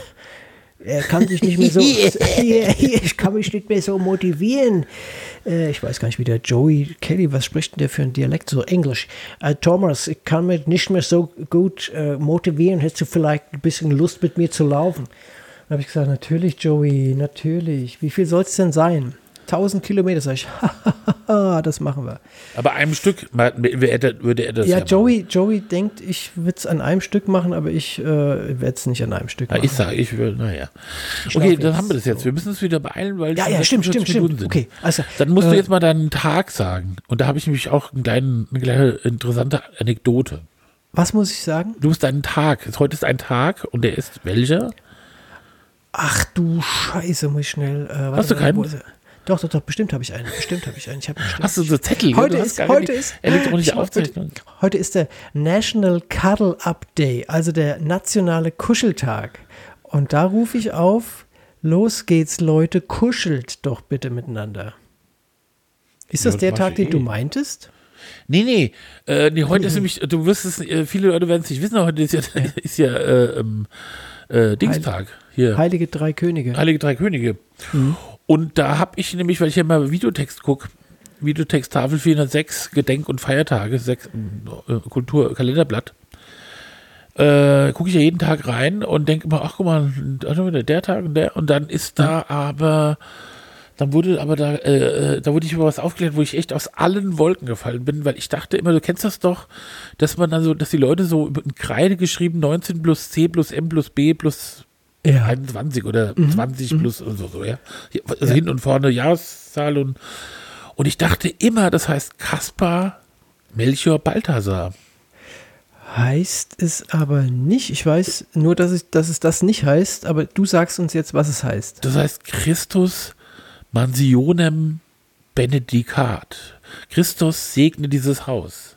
er kann sich nicht mehr so, hier, hier, ich kann mich nicht mehr so motivieren. Äh, ich weiß gar nicht, wie der Joey Kelly, was spricht denn der für ein Dialekt, so Englisch? Äh, Thomas, ich kann mich nicht mehr so gut äh, motivieren, hättest du vielleicht ein bisschen Lust mit mir zu laufen? Dann habe ich gesagt, natürlich Joey, natürlich. Wie viel soll es denn sein? tausend Kilometer, sag ich, hahaha, das machen wir.
Aber einem Stück ma- würde er, würde er das
Ja,
ja
Joey, Joey denkt, ich würde es an einem Stück machen, aber ich äh, werde es nicht an einem Stück
machen.
machen.
Ich sage, ich will, naja.
Ich
Okay,
lauf
dann
jetzt
haben wir das jetzt.
so.
Wir müssen uns wieder beeilen, weil
Ja,
es
ja, stimmt, stimmt,
sechsundvierzig Minuten
stimmt.
sind.
Okay, also,
Dann musst
äh,
du jetzt mal deinen Tag sagen. Und da habe ich nämlich auch einen kleinen, eine kleine interessante Anekdote.
Was muss ich sagen?
Du musst deinen Tag. Heute ist ein Tag und der ist welcher?
Ach du Scheiße, muss ich schnell. Äh, warte,
Hast du
warte,
keinen?
wo ist er? Doch, doch, doch, bestimmt habe ich einen. Bestimmt habe ich einen. Ich habe einen.
Hast du so Zettel?
Heute
du hast
ist,
gar
heute
keine
ist,
elektronische
ich mach-
Aufzeichnung.
Heute ist der National Cuddle Up Day, also der nationale Kuscheltag. Und da rufe ich auf, los geht's Leute, kuschelt doch bitte miteinander. Ist
Ja,
das
das
der
mach
Tag,
ich
den
eh.
du meintest?
Nee, nee. Äh, nee heute ist nämlich, du wirst es, äh, viele Leute werden es nicht wissen, heute ist ja, ist ja äh, ähm, äh, Dingstag. Hier.
Heilige Drei Könige.
Heilige Drei Könige. Und da habe ich nämlich, weil ich ja mal Videotext gucke, Videotexttafel vierhundertsechs, Gedenk- und Feiertage, sechs, äh, Kultur, Kalenderblatt, äh, gucke ich ja jeden Tag rein und denke immer, ach guck mal, der Tag und der, und dann ist da aber, dann wurde aber da, äh, da wurde ich über was aufgeklärt, wo ich echt aus allen Wolken gefallen bin, weil ich dachte immer, du kennst das doch, dass man dann so, dass die Leute so in Kreide geschrieben, neunzehn plus C plus M plus B plus
Ja.
einundzwanzig oder zwanzig plus und so, so, ja. Also
Ja.
hin und vorne Jahreszahl und, und ich dachte immer, das heißt Kaspar Melchior Balthasar.
Heißt es aber nicht. Ich weiß nur, dass, ich, dass es das nicht heißt, aber du sagst uns jetzt, was es heißt.
Das heißt Christus Mansionem Benedicat. Christus segne dieses Haus.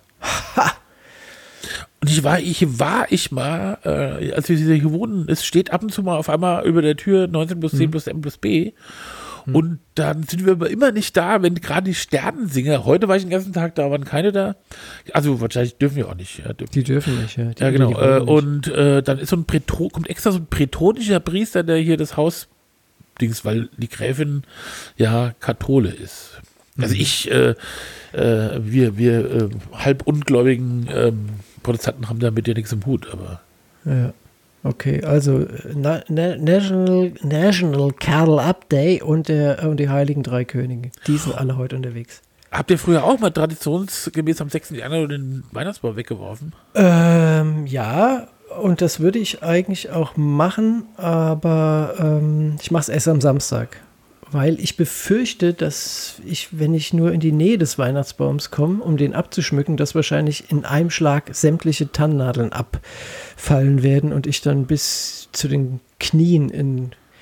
Und ich war, ich war ich mal, äh, als wir hier wohnen, es steht ab und zu mal auf einmal über der Tür neunzehn plus C plus M plus B. Und dann sind wir aber immer nicht da, wenn gerade die Sternensinger, heute war ich den ganzen Tag da, waren keine da. Also wahrscheinlich dürfen wir auch nicht. Ja, dürfen.
Die dürfen nicht, ja. Die,
Ja, genau.
die
Äh,
wollen nicht.
und äh, dann ist so ein Prätor, kommt extra so ein prätonischer Priester, der hier das Haus Dings, weil die Gräfin ja Kathole ist. Also ich, äh, äh, wir, wir äh, halb ungläubigen ähm, Protestanten haben damit ja nichts im Hut, aber
Ja. Okay, also Na Na National, National Cuddle Up Day und, der, und die Heiligen Drei Könige. Die sind alle heute unterwegs.
habt ihr früher auch mal traditionsgemäß am sechsten Januar den Weihnachtsbaum weggeworfen?
Ähm, ja, und das würde ich eigentlich auch machen, aber ähm, ich mache es erst am Samstag. Weil ich befürchte, dass ich, wenn ich nur in die Nähe des Weihnachtsbaums komme, um den abzuschmücken, dass wahrscheinlich in einem Schlag sämtliche Tannennadeln abfallen werden und ich dann bis zu den Knien in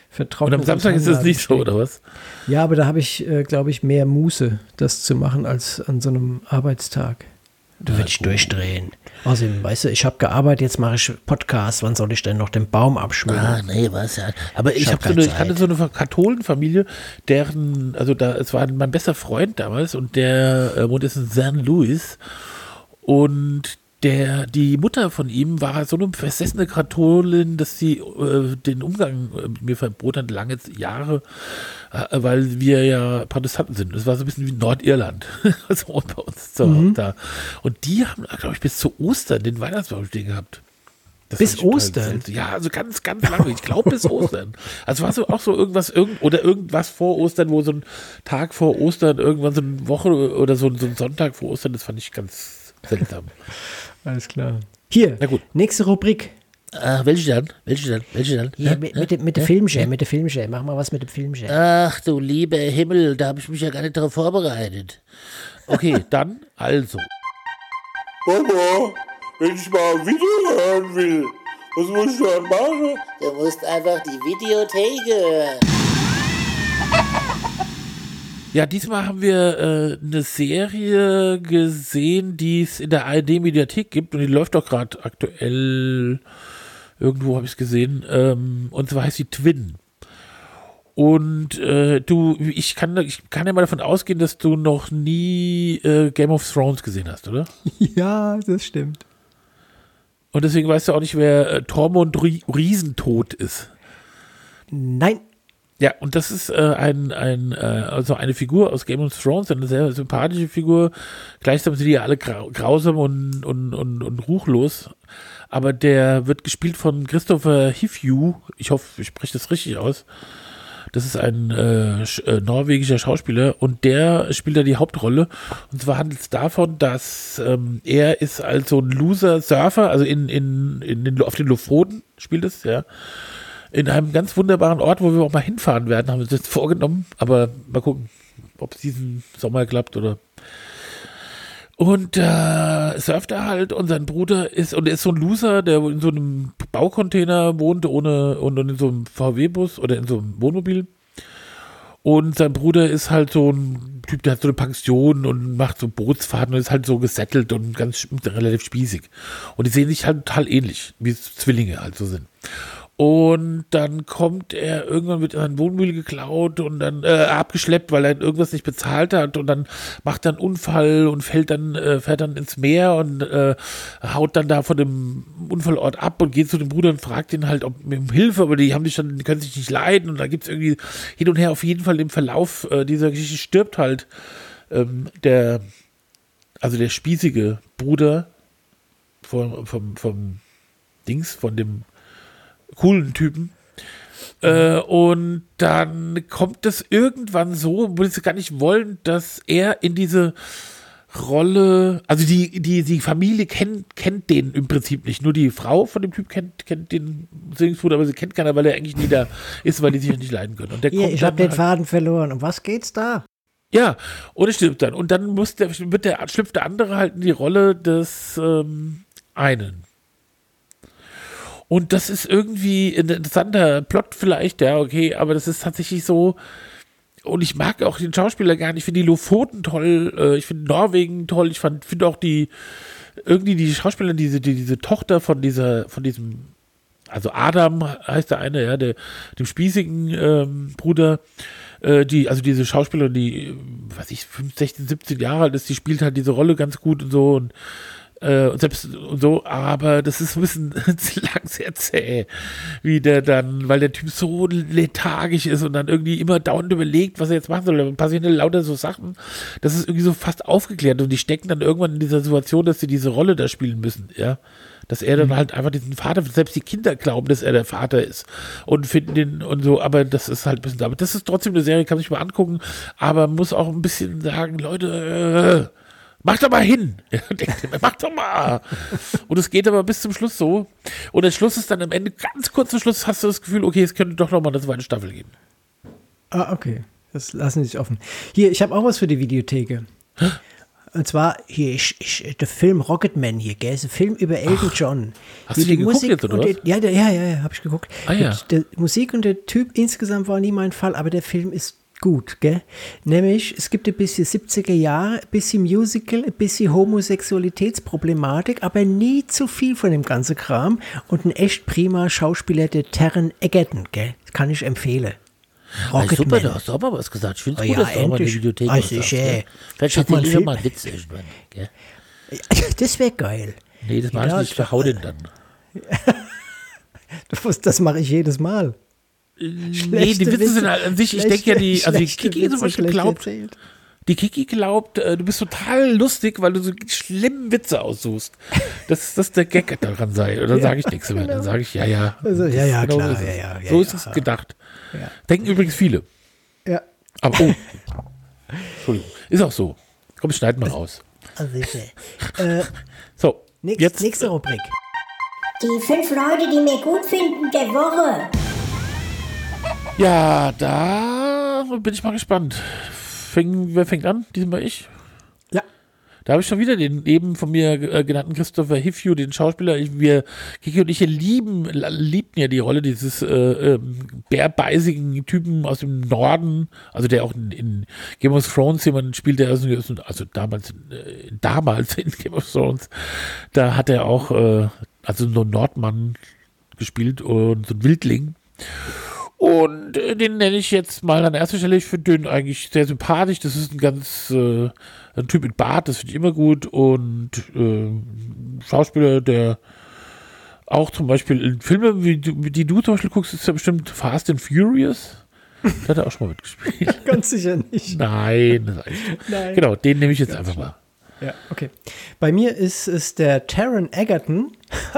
vertrocknet.
Und am Samstag ist das nicht so, oder was?
Ja, aber da habe ich, äh, glaube ich, mehr Muße, das zu machen, als an so einem Arbeitstag. Da würde ich durchdrehen. Außerdem, weißt du, ich habe gearbeitet, jetzt mache ich Podcast. Wann soll ich denn noch den Baum abschmücken?
Ah, nee, was ja.
Aber ich,
Ich
hab
hab
so
keine
eine, ich hatte
Zeit.
so eine Katholenfamilie, deren, also da, es war mein bester Freund damals und der äh, wohnt jetzt in Saint Louis und der, die Mutter von ihm war so eine versessene Katholin, dass sie äh, den Umgang äh, mit mir verboten hat, lange Jahre, äh, weil wir ja Protestanten sind. Das war so ein bisschen wie Nordirland. Also bei uns so,
Mhm.
da. Und die haben, glaube ich, bis zu Ostern den Weihnachtsbaum stehen gehabt. Das
Bis
fand ich total
Ostern?
seltsam. Ja, also ganz, ganz lange. Ich glaube bis Ostern. Also war so auch so irgendwas, irgend, oder irgendwas vor Ostern, wo so ein Tag vor Ostern, irgendwann so eine Woche oder so, so ein Sonntag vor Ostern, das fand ich ganz seltsam.
Alles klar. Hier,
Na gut.
nächste Rubrik.
Ach, welche dann? Welche dann? Welche dann?
Hier,
Hä?
mit,
Hä?
mit, dem- mit der
Hä?
Filmschere, mit der Filmschere. Mach mal was mit dem Filmschere.
Ach du lieber Himmel, da habe ich mich ja gar nicht darauf vorbereitet.
Okay, dann also.
Papa, wenn ich mal ein Video hören will, was muss ich dann machen?
Du musst einfach die Videothek hören.
Ja, diesmal haben wir äh, eine Serie gesehen, die es in der A R D-Mediathek gibt und die läuft auch gerade aktuell, irgendwo habe ich es gesehen, ähm, und zwar heißt sie Twin. Und äh, du, ich kann, ich kann ja mal davon ausgehen, dass du noch nie äh, Game of Thrones gesehen hast, oder?
Ja, das stimmt.
Und deswegen weißt du auch nicht, wer äh, Tormund Rie- Riesentod ist.
Nein.
Ja, und das ist äh, ein, ein, äh, also eine Figur aus Game of Thrones, eine sehr sympathische Figur. Gleichsam sind die ja alle grau grausam und, und, und, und ruchlos. Aber der wird gespielt von Christopher Hivju. Ich hoffe, ich spreche das richtig aus. Das ist ein äh, sch- äh, norwegischer Schauspieler und der spielt da die Hauptrolle. Und zwar handelt es davon, dass ähm, er ist als so ein Loser-Surfer, also in, in, in den, auf den Lofoten spielt es, ja. In einem ganz wunderbaren Ort, wo wir auch mal hinfahren werden, haben wir uns jetzt vorgenommen. Aber mal gucken, ob es diesen Sommer klappt oder. Und äh, surft er halt und sein Bruder ist, und er ist so ein Loser, der in so einem Baucontainer wohnt, ohne, und, und in so einem V W-Bus oder in so einem Wohnmobil. Und sein Bruder ist halt so ein Typ, der hat so eine Pension und macht so Bootsfahrten und ist halt so gesettelt und ganz relativ spießig. Und die sehen sich halt total ähnlich, wie Zwillinge halt so sind. Und dann kommt er, irgendwann wird sein Wohnmobil geklaut und dann äh, abgeschleppt, weil er irgendwas nicht bezahlt hat und dann macht er einen Unfall und fällt dann, äh, fährt dann ins Meer und äh, haut dann da von dem Unfallort ab und geht zu dem Bruder und fragt ihn halt ob, um Hilfe, aber die haben sich dann, die können sich nicht leiden und da gibt es irgendwie hin und her. Auf jeden Fall im Verlauf äh, dieser Geschichte stirbt halt ähm, der, also der spießige Bruder vom, vom, vom Dings, von dem coolen Typen. Äh, und dann kommt es irgendwann so, wo sie gar nicht wollen, dass er in diese Rolle, also die, die, die Familie kennt, kennt den im Prinzip nicht. Nur die Frau von dem Typ kennt, kennt den Zwillingsbruder, aber sie kennt keiner, weil er eigentlich nie da ist, weil die sich ja nicht leiden können. Und der
Hier,
kommt
ich
dann
habe den
halt-
Faden verloren. Um was geht's da?
Ja, und er stirbt dann. Und dann muss der, wird der, schlüpft der andere halt in die Rolle des ähm, einen. Und das ist irgendwie ein interessanter Plot vielleicht, ja, okay, aber das ist tatsächlich so, und ich mag auch den Schauspieler gar nicht, ich finde die Lofoten toll, äh, ich finde Norwegen toll, ich finde auch die, irgendwie die Schauspielerin, diese, die, diese Tochter von dieser, von diesem, also Adam heißt der eine, ja, der, dem spießigen ähm, Bruder, äh, die, also diese Schauspielerin, die, weiß ich, fünfzehn, sechzehn, siebzehn Jahre alt ist, die spielt halt diese Rolle ganz gut und so und Äh, und selbst und so, aber das ist ein bisschen lang sehr zäh, wie der dann, weil der Typ so lethargisch ist und dann irgendwie immer dauernd überlegt, was er jetzt machen soll. Dann passieren dann lauter so Sachen, das ist irgendwie so fast aufgeklärt und die stecken dann irgendwann in dieser Situation, dass sie diese Rolle da spielen müssen, ja. Dass er dann halt einfach diesen Vater, selbst die Kinder glauben, dass er der Vater ist und finden den und so, aber das ist halt ein bisschen, aber das ist trotzdem eine Serie, kann man sich mal angucken, aber muss auch ein bisschen sagen, Leute, äh, mach doch mal hin. Mach doch mal. Und es geht aber bis zum Schluss so. Und der Schluss ist dann am Ende, ganz kurz zum Schluss, hast du das Gefühl, okay, es könnte doch noch mal eine zweite Staffel geben.
Ah, okay. Das lassen Sie sich offen. Hier, ich habe auch was für die Videotheke. Und zwar hier ist, ist der Film Rocketman hier, gell? Ist ein Film über Elton
Ach,
John.
hast
Hier
du den
die
geguckt
Musik
jetzt, oder
und
was?
der, ja, der, ja, ja, ja, hab ich geguckt.
Ah, ja.
Die, die Musik und der Typ insgesamt war nie mein Fall, aber der Film ist gut, gell? Nämlich, es gibt ein bisschen siebziger Jahre, ein bisschen Musical, ein bisschen Homosexualitätsproblematik, aber nie zu viel von dem ganzen Kram und ein echt prima Schauspieler, der Taron Egerton, gell? Das kann ich empfehlen.
Ah, super,
Rocketman.
du hast auch mal was gesagt. Ich finde
Oh
es gut,
ja,
dass du auch mal in der
endlich.
Videothek
Also
was
ich,
sagst.
äh,
Gell? Vielleicht
ich hab mal
erzähl ich
einen
noch mal einen Witz irgendwann. Gell?
Das wäre geil.
Nee, das mache ich
Ja,
nicht. Ich verhau den dann.
Das, das mache ich jedes Mal.
Nee, die Witze sind halt an sich, ich denke ja, die, also die Kiki zum Beispiel glaubt,
erzählt.
die Kiki glaubt, äh, du bist total lustig, weil du so schlimme Witze aussuchst. Dass das der Gag daran sei. Und dann sage ich nichts mehr. Dann sage ich, ja, ja.
Also, ja, ja,
Genau
klar.
so ist
Ja,
es.
ja, ja,
So ist
ja.
es gedacht.
Ja.
Denken übrigens viele.
Ja,
Aber, oh. Entschuldigung. Ist auch so. Komm, schneid mal raus.
also sicher. äh,
So,
nächst,
jetzt.
nächste Rubrik.
Die fünf Leute, die mir gut finden, der Woche.
Ja, da bin ich mal gespannt. Fäng, wer fängt an? Diesmal ich.
Ja.
Da habe ich schon wieder den eben von mir äh, genannten Christopher Hifju, den Schauspieler. Ich, wir, Kiki und ich lieben, liebten ja die Rolle dieses äh, ähm, bärbeißigen Typen aus dem Norden, also der auch in, in Game of Thrones jemanden spielt, der also, also damals, äh, damals in Game of Thrones, da hat er auch äh, also so einen Nordmann gespielt und so ein Wildling. Und äh, den nenne ich jetzt mal an erster Stelle. Ich finde den eigentlich sehr sympathisch. Das ist ein ganz äh, ein Typ mit Bart, das finde ich immer gut. Und äh, Schauspieler, der auch zum Beispiel in Filmen, wie du, die du zum Beispiel guckst, ist ja bestimmt Fast and Furious. Da hat er auch schon mal mitgespielt.
Ganz sicher nicht.
Nein, das ist eigentlich
Nein.
Genau, den nehme ich jetzt einfach mal.
Ja, okay. Bei mir ist es der Taron Egerton.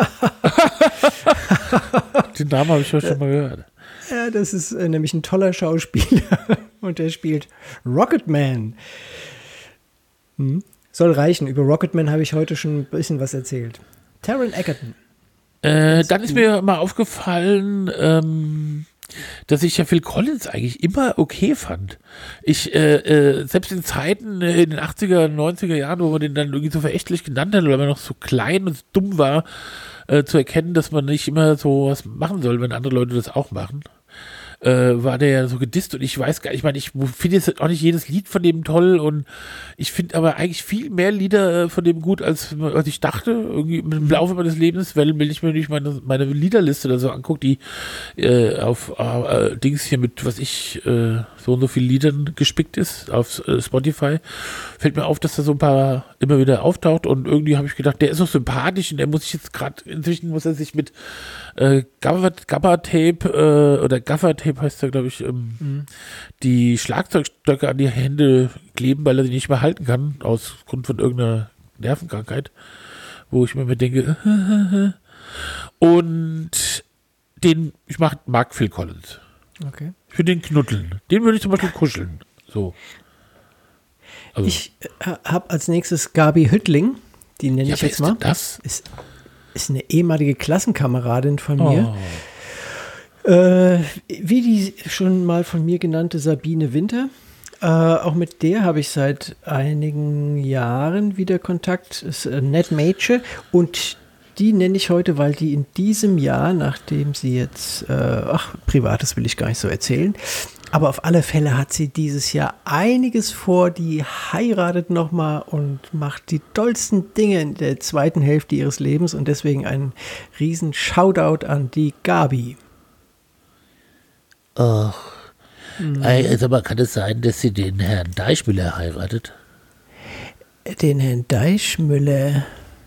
Den Namen habe ich heute schon mal gehört.
Ja, das ist äh, nämlich ein toller Schauspieler und der spielt Rocketman. Hm. Soll reichen. Über Rocketman habe ich heute schon ein bisschen was erzählt. Taron Egerton.
Äh, dann ist mir mal aufgefallen, ähm, dass ich ja Phil Collins eigentlich immer okay fand. Ich, äh, äh, selbst in Zeiten äh, in den achtziger, neunziger Jahren, wo man den dann irgendwie so verächtlich genannt hat, oder man noch so klein und so dumm war, äh, zu erkennen, dass man nicht immer so was machen soll, wenn andere Leute das auch machen. Äh, war der ja so gedisst und ich weiß gar nicht, ich meine, ich finde jetzt auch nicht jedes Lied von dem toll und ich finde aber eigentlich viel mehr Lieder äh, von dem gut, als, als ich dachte, irgendwie im Laufe meines Lebens, weil wenn ich mir nicht meine, meine Liederliste oder so angucke, die äh, auf äh, Dings hier mit, was ich, äh, so und so viele Liedern gespickt ist, auf äh, Spotify, fällt mir auf, dass da so ein paar immer wieder auftaucht und irgendwie habe ich gedacht, der ist noch sympathisch und der muss sich jetzt gerade, inzwischen muss er sich mit äh, Gaffer-Tape äh, oder Gaffer-Tape heißt er, glaube ich, ähm, mhm. die Schlagzeugstöcke an die Hände kleben, weil er sie nicht mehr halten kann, aus Grund von irgendeiner Nervenkrankheit, wo ich mir immer denke, und den, ich mag, mag Phil Collins.
Okay.
Ich würde den knuddeln. Den würde ich zum Beispiel kuscheln. So. Also,
Ich äh, habe als nächstes Gabi Hüttling. Die nenne
ja,
ich
wer
jetzt
ist
mal.
denn das?
Ist, ist eine ehemalige Klassenkameradin von mir.
Oh.
Äh, wie die schon mal von mir genannte Sabine Winter. Äh, auch mit der habe ich seit einigen Jahren wieder Kontakt. Ist äh, Ned Mädchen. Und die nenne ich heute, weil die in diesem Jahr, nachdem sie jetzt, äh, ach, Privates will ich gar nicht so erzählen, aber auf alle Fälle hat sie dieses Jahr einiges vor. Die heiratet nochmal und macht die tollsten Dinge in der zweiten Hälfte ihres Lebens und deswegen ein riesen Shoutout an die Gabi.
Ach. Mhm. Also, aber kann es sein, dass sie den Herrn Deichmüller heiratet?
Den Herrn Deichmüller,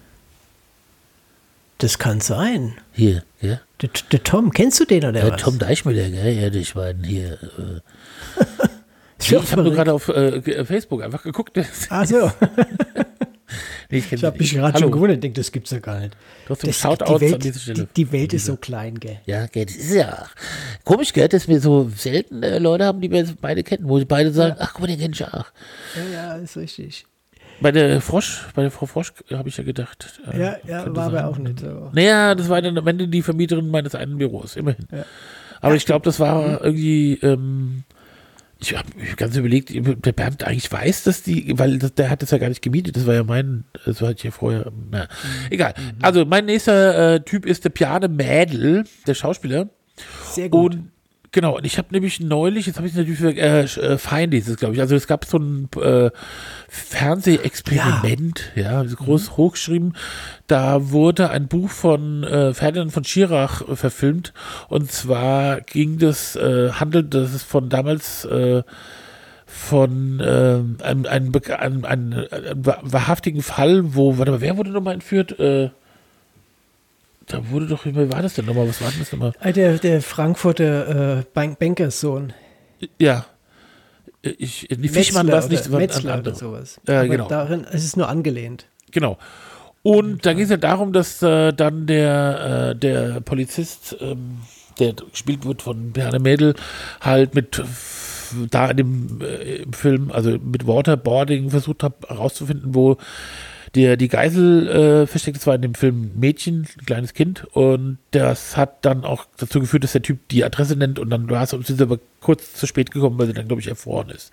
das kann sein.
Hier, ja?
Der, der Tom, kennst du den oder
Ja,
was?
Tom Deichmüller, gell? Ja, ich meine, hier. Äh,
Ich habe nur gerade auf äh, Facebook einfach geguckt.
Ach so.
Nee, ich
Ich habe mich gerade schon gewundert, denke, das gibt's ja gar nicht.
Trotzdem
Das,
Shoutouts
die, Welt,
an dieser Stelle.
die, die Welt ist so klein, gell?
ja, gell, das ist ja komisch, gell, dass wir so selten äh, Leute haben, die wir beide kennen, wo sie beide sagen, ach guck mal, den kenn ich auch.
Ja, ja, ist richtig.
Bei der Frosch, bei der Frau Frosch habe ich ja gedacht. äh,
Ja, ja,
könnte
war aber
sein.
auch nicht so.
Naja, das war dann am Ende die Vermieterin meines einen Büros, immerhin.
Ja.
Aber ich glaube, das war irgendwie, ähm, ich habe ganz überlegt, der Bernd eigentlich weiß, dass die, weil das, der hat das ja gar nicht gemietet, das war ja mein, das war ich ja vorher, na, mhm. egal. Also mein nächster äh, Typ ist der Bjarne Mädel, der Schauspieler.
Sehr gut.
Und genau, und ich habe nämlich neulich, jetzt habe ich natürlich für äh, äh, Feinde, ist es, glaube ich, also es gab so ein äh, Fernsehexperiment, ja, ja groß mhm. hochgeschrieben, da wurde ein Buch von äh, Ferdinand von Schirach äh, verfilmt, und zwar ging das, äh, handelt das ist von damals äh, von äh, einem, einem, einem, einem, einem wahrhaftigen Fall, wo, warte mal, wer wurde nochmal entführt? Äh, Da wurde doch, wie war das denn nochmal? Was war denn das nochmal?
Der, der Frankfurter äh, Bank Bankerssohn.
Ja. Ich, die Fischmann war es nicht,
war Metzler oder sowas.
Ja,
aber
genau.
Darin es ist nur angelehnt.
Genau. Und da ging es ja darum, dass äh, dann der, äh, der Polizist, ähm, der gespielt wird von Bjarne Mädel, halt mit da in dem äh, im Film, also mit Waterboarding versucht hat herauszufinden, wo der die Geisel äh, versteckt. Das war in dem Film Mädchen, ein kleines Kind, und das hat dann auch dazu geführt, dass der Typ die Adresse nennt, und dann war es uns aber kurz zu spät gekommen, weil sie dann, glaube ich, erfroren ist.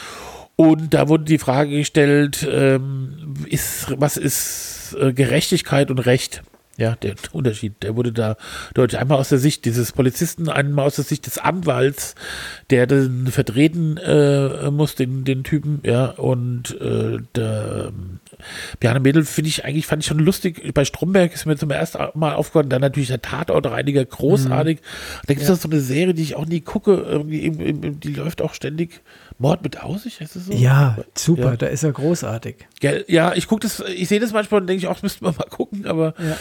Und da wurde die Frage gestellt, ähm, ist, was ist äh, Gerechtigkeit und Recht? Ja, der Unterschied, der wurde da deutlich, einmal aus der Sicht dieses Polizisten, einmal aus der Sicht des Anwalts, der den vertreten äh, muss, den, den Typen, ja, und äh, der Bjarne Mädel finde ich eigentlich, fand ich schon lustig. Bei Stromberg ist mir zum ersten Mal aufgefallen, dann natürlich der Tatortreiniger, großartig. Mhm. Da gibt es ja. so eine Serie, die ich auch nie gucke, irgendwie, im, im, die läuft auch ständig. Mord mit Aussicht, ist das so?
Ja, super, ja. Da ist er großartig.
Ja, ja ich gucke das, ich sehe das manchmal und denke ich auch, das müssten wir mal gucken, aber ja.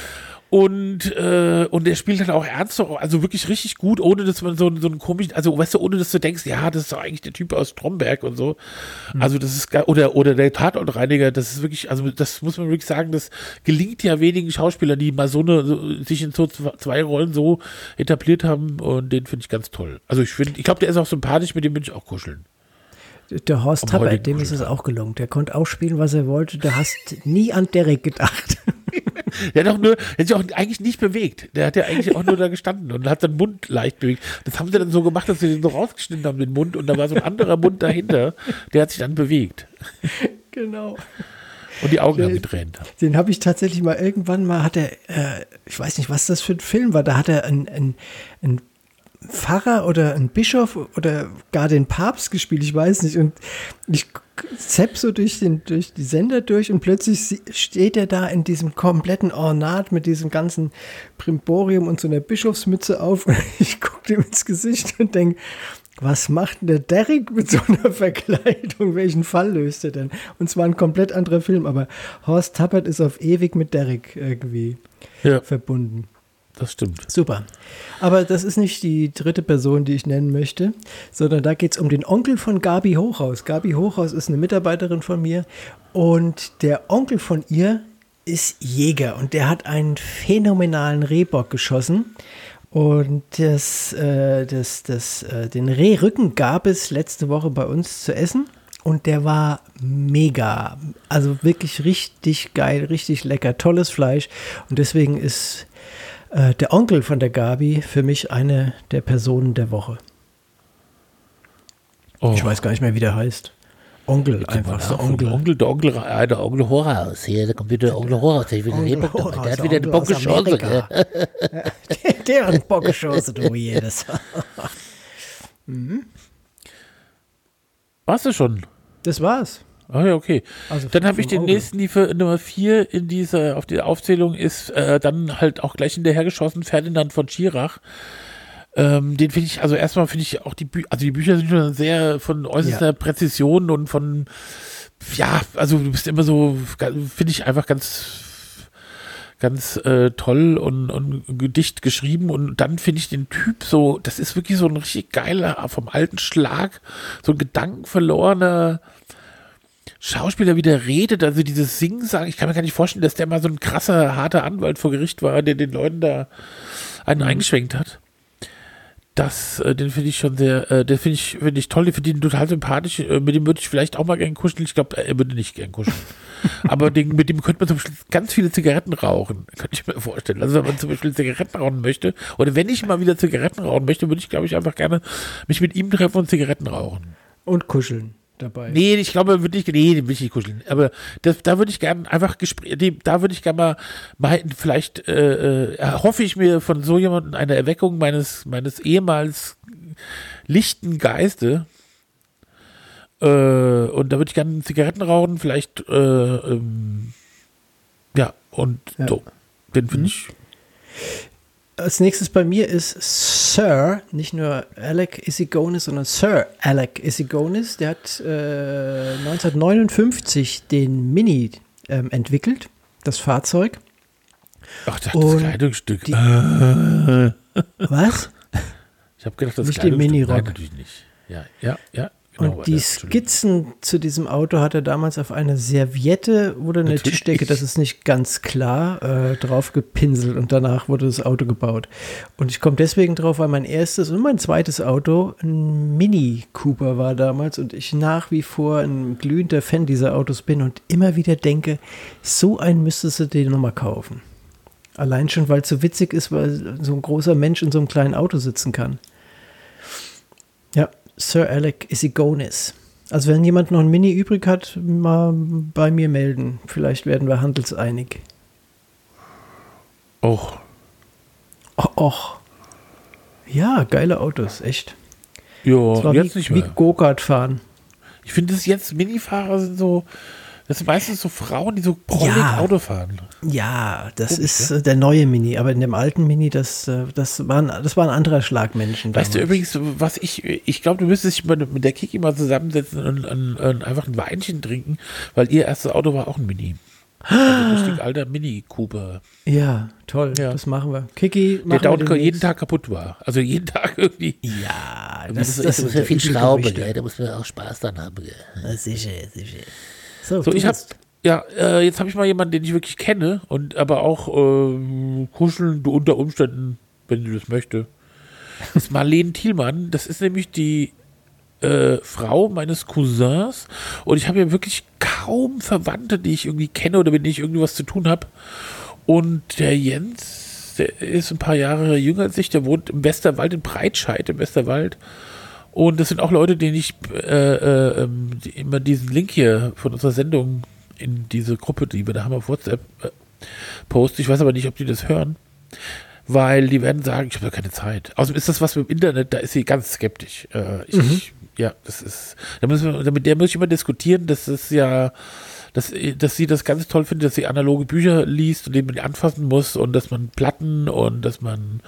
Und, äh, und der spielt dann auch ernst, also wirklich richtig gut, ohne dass man so, so einen komischen, also weißt du, ohne dass du denkst, ja, das ist doch eigentlich der Typ aus Stromberg und so. Mhm. Also das ist, oder, oder der Tatortreiniger, das ist wirklich, also das muss man wirklich sagen, das gelingt ja wenigen Schauspielern, die mal so eine, so, sich in so zwei Rollen so etabliert haben, und den finde ich ganz toll. Also ich finde, ich glaube, der ist auch sympathisch, mit dem bin ich auch kuscheln.
Der Horst Tappert, dem ist es auch gelungen. Der konnte auch spielen, was er wollte. Der hast nie an Derek gedacht.
Der hat auch nur, der hat sich auch eigentlich nicht bewegt. Der hat ja eigentlich auch nur da gestanden und hat seinen Mund leicht bewegt. Das haben sie dann so gemacht, dass sie den so rausgeschnitten haben, den Mund, und da war so ein anderer Mund dahinter, der hat sich dann bewegt.
Genau.
Und die Augen den, haben getränt.
Den habe ich tatsächlich mal irgendwann mal, hat er, äh, ich weiß nicht, was das für ein Film war, da hat er ein, ein, ein Pfarrer oder ein Bischof oder gar den Papst gespielt, ich weiß nicht, und ich zapp so durch, den, durch die Sender durch, und plötzlich steht er da in diesem kompletten Ornat mit diesem ganzen Primborium und so einer Bischofsmütze auf, und ich gucke ihm ins Gesicht und denke, was macht denn der Derek mit so einer Verkleidung? Welchen Fall löst er denn? Und zwar ein komplett anderer Film, aber Horst Tappert ist auf ewig mit Derek irgendwie ja. verbunden.
Das stimmt.
Super. Aber das ist nicht die dritte Person, die ich nennen möchte, sondern da geht es um den Onkel von Gabi Hochhaus. Gabi Hochhaus ist eine Mitarbeiterin von mir, und der Onkel von ihr ist Jäger, und der hat einen phänomenalen Rehbock geschossen. Und das, äh, das, das, äh, den Rehrücken gab es letzte Woche bei uns zu essen. Und der war mega, also wirklich richtig geil, richtig lecker, tolles Fleisch. Und deswegen ist äh, der Onkel von der Gabi für mich eine der Personen der Woche. Oh. Ich weiß gar nicht mehr, wie der heißt. Onkel, einfach so Onkel.
Onkel, der Onkel, äh, der Onkel Horaus hier, da kommt wieder der Onkel Horaus, der, wieder Onkel Horaus, der hat wieder den Bock geschossen.
der, der hat einen Bock geschossen, du jedes. mhm.
Warst du schon?
Das war's.
Ah ja, okay. Also dann habe ich den Onkel. nächsten, die für Nummer vier in dieser, auf der Aufzählung ist, äh, dann halt auch gleich hinterhergeschossen, Ferdinand von Schirach. Ähm, den finde ich, also erstmal finde ich auch die Bücher, also die Bücher sind schon sehr von äußerster ja. Präzision und von, ja, also du bist immer so, finde ich einfach ganz, ganz äh, toll und, und dicht geschrieben, und dann finde ich den Typ so, das ist wirklich so ein richtig geiler, vom alten Schlag, so ein gedankenverlorener Schauspieler, wie der redet, also dieses Singen, sagen, ich kann mir gar nicht vorstellen, dass der mal so ein krasser, harter Anwalt vor Gericht war, der den Leuten da einen mhm. eingeschwenkt hat. Das, äh, den finde ich schon sehr, äh, den finde ich, finde ich toll, den finde ich total sympathisch, äh, mit dem würde ich vielleicht auch mal gern kuscheln, ich glaube, er würde nicht gern kuscheln. Aber den, mit dem könnte man zum Beispiel ganz viele Zigaretten rauchen, könnte ich mir vorstellen. Also wenn man zum Beispiel Zigaretten rauchen möchte, oder wenn ich mal wieder Zigaretten rauchen möchte, würde ich, glaube ich, einfach gerne mich mit ihm treffen und Zigaretten rauchen.
Und kuscheln dabei.
Nee, ich glaube, würde ich, nee, will ich nicht kuscheln. Aber das, da würde ich gerne einfach Gespräch, da würde ich gerne mal, mal vielleicht äh, äh, hoffe ich mir von so jemandem eine Erweckung meines, meines ehemals lichten Geiste. Äh, und da würde ich gerne Zigaretten rauchen, vielleicht, äh, ähm, ja, und
Ja.
so. Den finde
Mhm.
ich.
Als nächstes bei mir ist Sir, nicht nur Alec Isigonis, sondern Sir Alec Isigonis. Der hat äh, neunzehnhundertneunundfünfzig den Mini ähm, entwickelt, das Fahrzeug.
Ach, das
Und
Kleidungsstück.
die-
Äh,
Was?
ich habe gedacht, das
Nicht den
Kleidungsstück.
Mini-Rock.
Nein, natürlich nicht. Ja, ja, ja. Genau,
Und die
ja, Entschuldigung.
Skizzen zu diesem Auto hat er damals auf einer Serviette oder eine
Natürlich.
Tischdecke, das ist nicht ganz klar, äh, drauf gepinselt und danach wurde das Auto gebaut. Und ich komme deswegen drauf, weil mein erstes und mein zweites Auto ein Mini Cooper war damals und ich nach wie vor ein glühender Fan dieser Autos bin und immer wieder denke, so einen müsstest du dir nochmal kaufen. Allein schon, weil es so witzig ist, weil so ein großer Mensch in so einem kleinen Auto sitzen kann. Ja, Sir Alec Isigonis. Also wenn jemand noch ein Mini übrig hat, mal bei mir melden. Vielleicht werden wir handelseinig.
Och,
Och, och. Ja, geile Autos, echt.
ja,
Das war
jetzt
wie,
nicht
wie
mehr.
Go-Kart fahren.
Ich finde es jetzt, Minifahrer sind so, das sind meistens so Frauen, die so prollig
Ja.
Auto fahren.
Ja, das
Komisch,
ist äh, der neue Mini, aber in dem alten Mini, das, äh, das, war, ein, das war ein anderer Schlag Menschen.
Weißt du
damals.
übrigens, was ich, ich glaube, du müsstest dich mal mit der Kiki mal zusammensetzen und, und, und einfach ein Weinchen trinken, weil ihr erstes Auto war auch ein Mini. Also ein richtig alter Mini-Cooper,
Ja, toll,
Ja.
das machen wir. Kiki,
der
machen wir
dauernd jeden
demnächst.
Tag kaputt war. Also jeden Tag irgendwie.
Ja,
Wie
das,
das
das,
ist,
Da muss ja viel
übliche
Schraube,
Gerüchte.
gell? Da muss man auch Spaß dran haben, gell?
Ja, sicher, sicher.
So,
du
ich habe
bist-
ja, äh, jetzt habe ich mal jemanden, den ich wirklich kenne und aber auch ähm, kuscheln unter Umständen, wenn du das möchtest. Das ist Marlene Thielmann. Das ist nämlich die äh, Frau meines Cousins und ich habe ja wirklich kaum Verwandte, die ich irgendwie kenne oder mit denen ich irgendwie was zu tun habe. Und der Jens, der ist ein paar Jahre jünger als ich, der wohnt im Westerwald, in Breitscheid im Westerwald. Und das sind auch Leute, denen ich äh, äh, ähm, die immer diesen Link hier von unserer Sendung in diese Gruppe, die wir da haben auf WhatsApp, äh, posten. Ich weiß aber nicht, ob die das hören, weil die werden sagen, ich habe da keine Zeit. Außerdem ist das was mit dem Internet, da ist sie ganz skeptisch. Äh, ich, ich, ja, das ist, da müssen wir, mit der muss ich immer diskutieren, das ist ja, dass, dass sie das ganz toll findet, dass sie analoge Bücher liest und die man anfassen muss und dass man Platten und dass man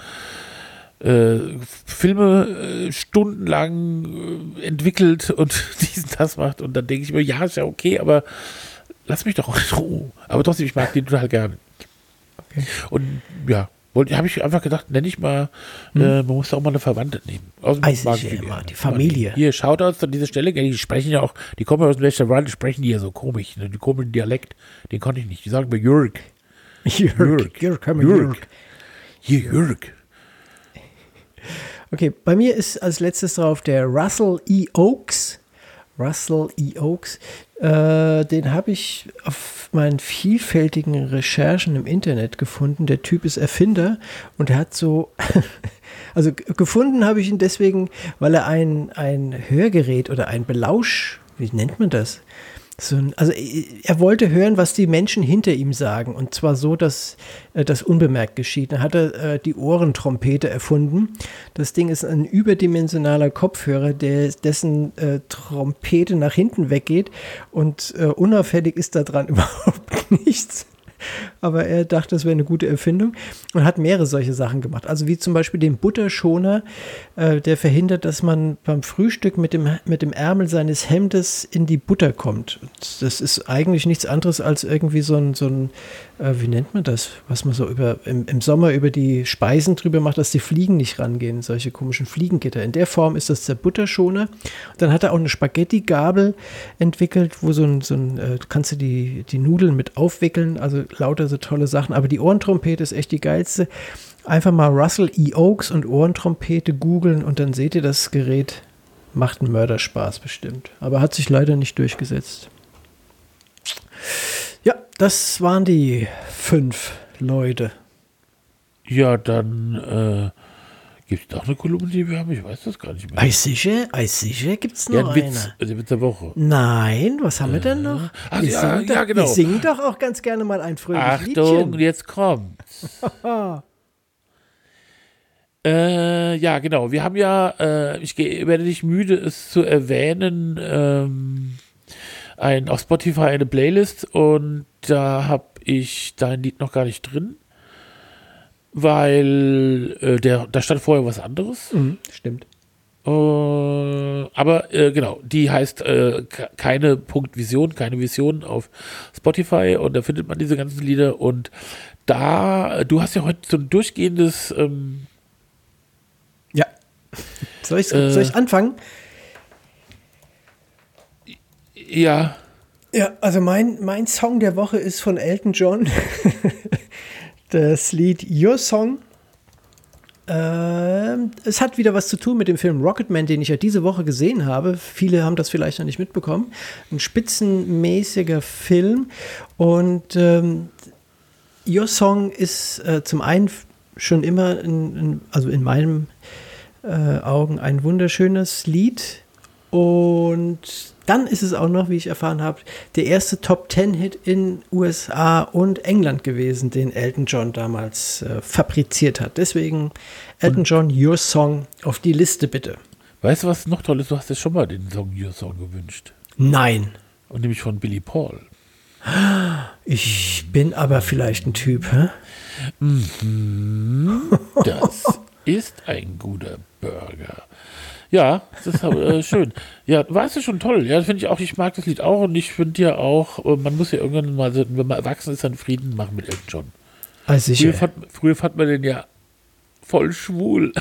äh, Filme äh, stundenlang äh, entwickelt und diesen, das macht und dann denke ich mir, ja, ist ja okay, aber lass mich doch auch in Ruhe. Aber trotzdem, ich mag die total gerne.
Okay.
Und ja, habe ich einfach gedacht, nenne ich mal,
Hm.
äh, man muss da auch mal eine Verwandte nehmen. Außerdem
Weiß
mag
ich
die
ja immer,
gerne.
die Familie.
Hier, Shoutouts an dieser Stelle, gell, die sprechen ja auch, die kommen aus dem Westerwald, die sprechen die ja so komisch, ne, die komischen Dialekt, den konnte ich nicht. Die sagen mir Jürg.
Jürg,
Jürg.
Jürg, Jürg.
Jürg. Hier, Jürg.
Okay, bei mir ist als letztes drauf der Russell E. Oakes. Russell E. Oakes. Äh, den habe ich auf meinen vielfältigen Recherchen im Internet gefunden. Der Typ ist Erfinder und er hat so, also g- gefunden habe ich ihn deswegen, weil er ein, ein Hörgerät oder ein Belausch, wie nennt man das? So ein, also er wollte hören, was die Menschen hinter ihm sagen und zwar so, dass äh, das unbemerkt geschieht. Dann hat er äh, die Ohrentrompete erfunden. Das Ding ist ein überdimensionaler Kopfhörer, der, dessen äh, Trompete nach hinten weggeht und äh, unauffällig ist da dran überhaupt nichts. Aber er dachte, das wäre eine gute Erfindung und hat mehrere solche Sachen gemacht. Also wie zum Beispiel den Butterschoner, äh, der verhindert, dass man beim Frühstück mit dem, mit dem Ärmel seines Hemdes in die Butter kommt. Und das ist eigentlich nichts anderes als irgendwie so ein, so ein äh, wie nennt man das, was man so über im, im Sommer über die Speisen drüber macht, dass die Fliegen nicht rangehen, solche komischen Fliegengitter. In der Form ist das der Butterschoner. Dann hat er auch eine Spaghetti-Gabel entwickelt, wo so ein, so ein äh, kannst du die, die Nudeln mit aufwickeln, also lauter so tolle Sachen. Aber die Ohrentrompete ist echt die geilste. Einfach mal Russell E. Oakes und Ohrentrompete googeln und dann seht ihr, das Gerät macht einen Mörderspaß bestimmt. Aber hat sich leider nicht durchgesetzt. Ja, das waren die fünf Leute.
Ja, dann äh, Gibt es doch eine Kolumne, die wir haben? Ich weiß das gar nicht mehr.
Eisiche, Eisiche gibt es
Ja,
noch
ein Witz,
eine.
der Witz der Woche.
Nein, was haben wir denn noch?
Ach,
wir,
ja,
singen
ja,
doch,
genau.
wir singen doch auch ganz gerne mal ein fröhliches
Achtung,
Liedchen.
jetzt kommt's. äh, ja, genau. Wir haben ja, äh, ich geh, werde nicht müde, es zu erwähnen, ähm, ein, auf Spotify eine Playlist und da habe ich dein Lied noch gar nicht drin, weil äh, der, da stand vorher was anderes.
Mhm, stimmt.
Äh, aber äh, genau, die heißt äh, keine Punkt Vision, keine Vision auf Spotify und da findet man diese ganzen Lieder und da, du hast ja heute so ein durchgehendes ähm,
Ja. Soll ich,
Äh,
soll ich anfangen?
ja,
Ja, also mein, mein Song der Woche ist von Elton John. Das Lied Your Song. Ähm, es hat wieder was zu tun mit dem Film Rocketman, den ich ja diese Woche gesehen habe. Viele haben das vielleicht noch nicht mitbekommen. Ein spitzenmäßiger Film. Und ähm, Your Song ist äh, zum einen schon immer, in, in, also in meinen äh, Augen, ein wunderschönes Lied. Und dann ist es auch noch, wie ich erfahren habe, der erste Top-Ten-Hit in U S A und England gewesen, den Elton John damals äh, fabriziert hat. Deswegen Elton John, Your Song auf die Liste bitte.
weißt du, was noch toll ist? Du hast dir schon mal den Song Your Song gewünscht.
Nein,
Und nämlich von Billy Paul.
ich bin aber vielleicht ein Typ, hä?
Das ist ein guter Burger. Ja, das ist äh, schön. Ja, weißt du, schon toll. Ja, finde ich auch. Ich mag das Lied auch und ich finde ja auch, äh, man muss ja irgendwann mal, so, wenn man erwachsen ist, dann Frieden machen mit Elton John.
Also
Früher
ich,
fand, früher fand man den ja voll schwul.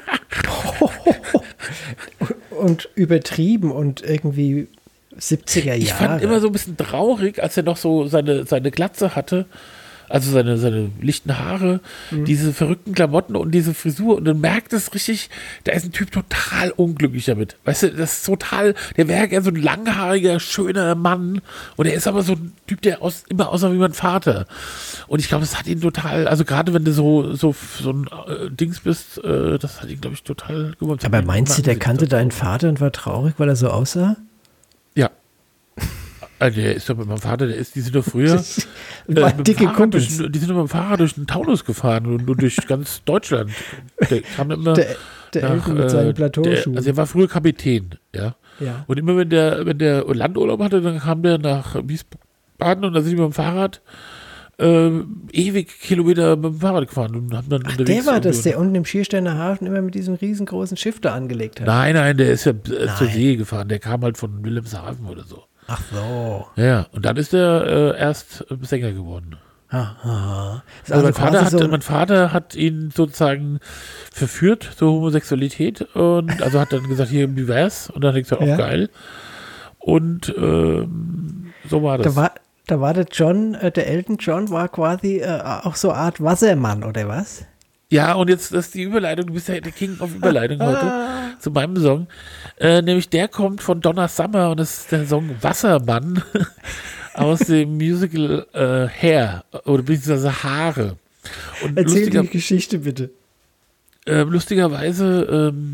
und übertrieben und irgendwie siebziger Jahre.
Ich fand immer so ein bisschen traurig, als er noch so seine, seine Glatze hatte, also seine, seine lichten Haare, diese verrückten Klamotten und diese Frisur und dann merkt es richtig, da ist ein Typ total unglücklich damit. Weißt du, das ist total, der wäre ja so ein langhaariger, schöner Mann und er ist aber so ein Typ, der aus, immer aussah wie mein Vater. Und ich glaube, das hat ihn total, also gerade wenn du so, so, so ein äh, Dings bist, äh, das hat ihn, glaube ich, total gewonnen.
Aber meinst du, der kannte deinen Vater und war traurig, weil er so aussah?
Ja. Also der ist doch mit meinem Vater, der ist, die sind doch früher äh,
War
mit dem
dicke
Fahrrad
Kumpels.
durch, die sind doch mit dem Fahrrad durch den Taunus gefahren und, und durch ganz Deutschland. Der kam immer
Der, der
nach,
Elton mit
äh,
seinen
der,
Plateauschuhen.
also er war früher Kapitän, ja.
Ja.
Und immer wenn der, wenn der Landurlaub hatte, dann kam der nach Wiesbaden und da sind die mit dem Fahrrad äh, ewig Kilometer mit dem Fahrrad gefahren und haben dann
Ach,
unterwegs
der war das,
irgendwie-
der unten im Schiersteiner Hafen immer mit diesem riesengroßen Schiff da angelegt hat.
Nein, nein, der ist ja äh, zur
Nein.
See gefahren. Der kam halt von Wilhelmshaven oder so.
Ach so.
Ja, und dann ist er äh, erst äh, Sänger geworden.
Aha. Das ist
Also, mein,
quasi
Vater hat,
so-
mein Vater hat ihn sozusagen verführt zur Homosexualität und also hat dann gesagt, hier, wie wär's? Und dann hat er gesagt, auch
Ja.
geil. Und ähm, so war das.
Da war, da war der John, äh, der Elton John war quasi äh, auch so eine Art Wassermann, oder was?
Ja, und jetzt das ist die Überleitung, du bist ja der King of Überleitung heute zu meinem Song. Äh, nämlich der kommt von Donna Summer und das ist der Song Wassermann aus dem Musical äh, Hair oder beziehungsweise Haare. Und
Erzähl
lustiger,
die Geschichte bitte.
äh, lustigerweise ähm,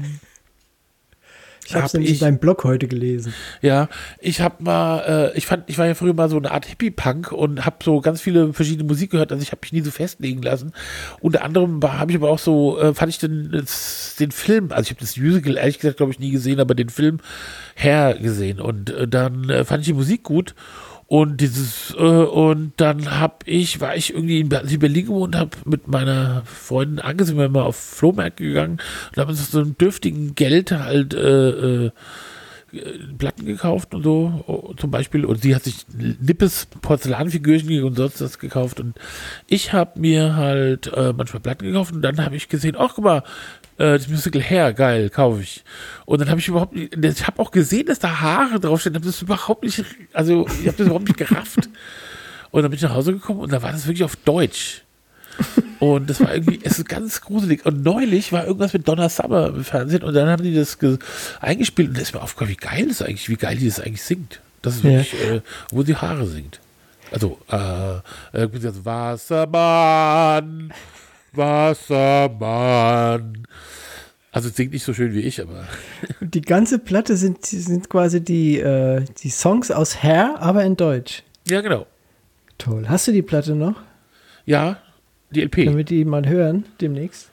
Ich habe es
hab
nämlich
ich-
in deinem Blog heute gelesen.
Ja, ich habe mal, äh, ich fand, ich war ja früher mal so eine Art Hippie-Punk und habe so ganz viele verschiedene Musik gehört, also ich habe mich nie so festlegen lassen. Unter anderem habe ich aber auch so, äh, fand ich den, das, den Film, also ich habe das Musical ehrlich gesagt, glaube ich, nie gesehen, aber den Film Hair gesehen und äh, dann äh, fand ich die Musik gut. Und dieses, äh, und dann hab ich, war ich irgendwie in Ber- als ich in Berlin gewohnt, habe mit meiner Freundin Anke sind wir mal auf Flohmärkte gegangen und haben uns so einen dürftigen Geld halt äh, äh, Platten gekauft und so, oh, zum Beispiel. Und sie hat sich Nippes Porzellanfigürchen und sonst was gekauft. Und ich habe mir halt äh, manchmal Platten gekauft und dann habe ich gesehen, ach guck mal, äh, das Musical Hair, geil, kaufe ich. Und dann habe ich überhaupt nicht, ich habe auch gesehen, dass da Haare draufstehen, habe das überhaupt nicht, also ich habe das überhaupt nicht gerafft. Und dann bin ich nach Hause gekommen und da war das wirklich auf Deutsch. Und das war irgendwie, es ist ganz gruselig. Und neulich war irgendwas mit Donna Summer im Fernsehen und dann haben die das ge- eingespielt und da ist mir aufgefallen, wie geil das eigentlich, wie geil die das eigentlich singt. Das ist
Ja.
wirklich, äh, wo sie Haare singt. Also, äh, äh, das Wassermann, Wassermann, Also singt nicht so schön wie ich, aber.
Die ganze Platte sind, sind quasi die, äh, die Songs aus Hair, aber in Deutsch.
Ja, genau.
Toll. Hast du die Platte noch?
Ja, die L P.
Können wir die mal hören demnächst?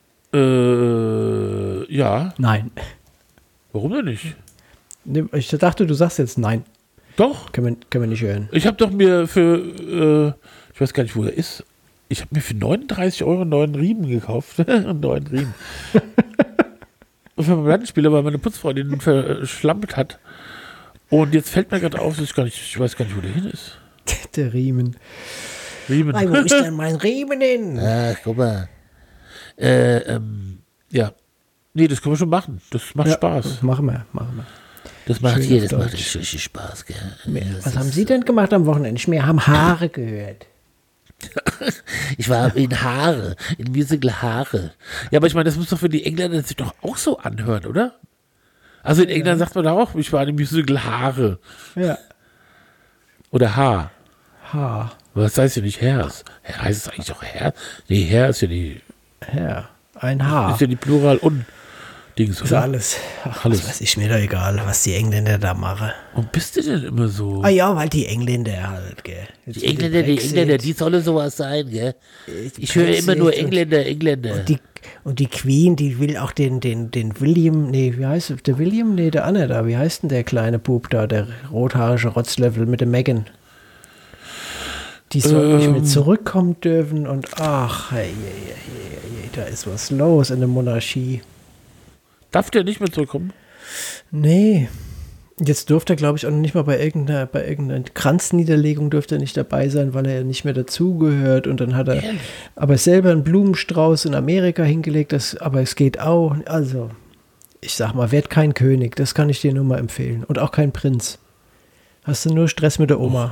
Äh, ja.
Nein.
Warum denn nicht?
Ich dachte, du sagst jetzt nein.
Doch.
Können wir, können wir nicht hören.
Ich habe doch mir für, äh, ich weiß gar nicht, wo er ist. Ich habe mir für neununddreißig Euro einen neuen Riemen gekauft. einen neuen Riemen. Und für meinen Plattenspieler, weil meine Putzfreundin ihn verschlampt hat. Und jetzt fällt mir gerade auf, dass ich gar nicht, ich weiß gar nicht, wo der hin ist.
Der Riemen.
Riemen.
Ei, wo ist denn mein Riemen hin?
Ach, guck mal.
Äh, ähm, ja. Nee, das können wir schon machen. Das macht
Ja,
Spaß.
Machen wir, machen wir.
Das macht
Schön
hier,
auf
das macht
Deutsch.
richtig, richtig Spaß, gell?
Was
Das
haben
ist-
Sie denn gemacht am Wochenende? Wir haben Haare gehört.
Ich war in Haare, in Musical Haare.
Ja, aber ich meine, das muss doch für die Engländer sich doch auch so anhören, oder? Also in England sagt man da auch, ich war in dem Musical Haare.
Ja.
Oder Haar.
Haar.
Aber das heißt ja nicht Hairs. Heißt es eigentlich auch Hair? Nee, Hair ist ja die,
Ja. Ein Haar.
ist ja die Plural und Dings,
Ist
oder?
alles. Ach,
Alles.
Was weiß ich, mir doch egal, was die Engländer da machen.
Warum bist du denn immer so?
Ah ja, weil die Engländer halt, gell. Jetzt
Die
mit dem
Engländer, die
Brexit.
Engländer, die sollen sowas sein, gell? Ich höre immer
Brexit
nur
und-
Engländer, Engländer.
Und die, und die Queen, die will auch den, den, den William, nee, wie heißt der, der William? Nee, der Anne da, wie heißt denn der kleine Bub da, der rothaarige Rotzlöffel mit dem Meghan? Die soll nicht mehr
Ähm.
zurückkommen dürfen und ach, hey, hey, hey, hey, hey, da ist was los in der Monarchie.
Darf der nicht mehr zurückkommen?
Nee. Jetzt durfte er, glaube ich, auch nicht mal bei irgendeiner, bei irgendeiner Kranzniederlegung dürfte er nicht dabei sein, weil er ja nicht mehr dazugehört. Und dann hat er aber selber einen Blumenstrauß in Amerika hingelegt, das, aber es geht auch. Also, ich sag mal, werd kein König, das kann ich dir nur mal empfehlen. Und auch kein Prinz. Hast du nur Stress mit der Oma.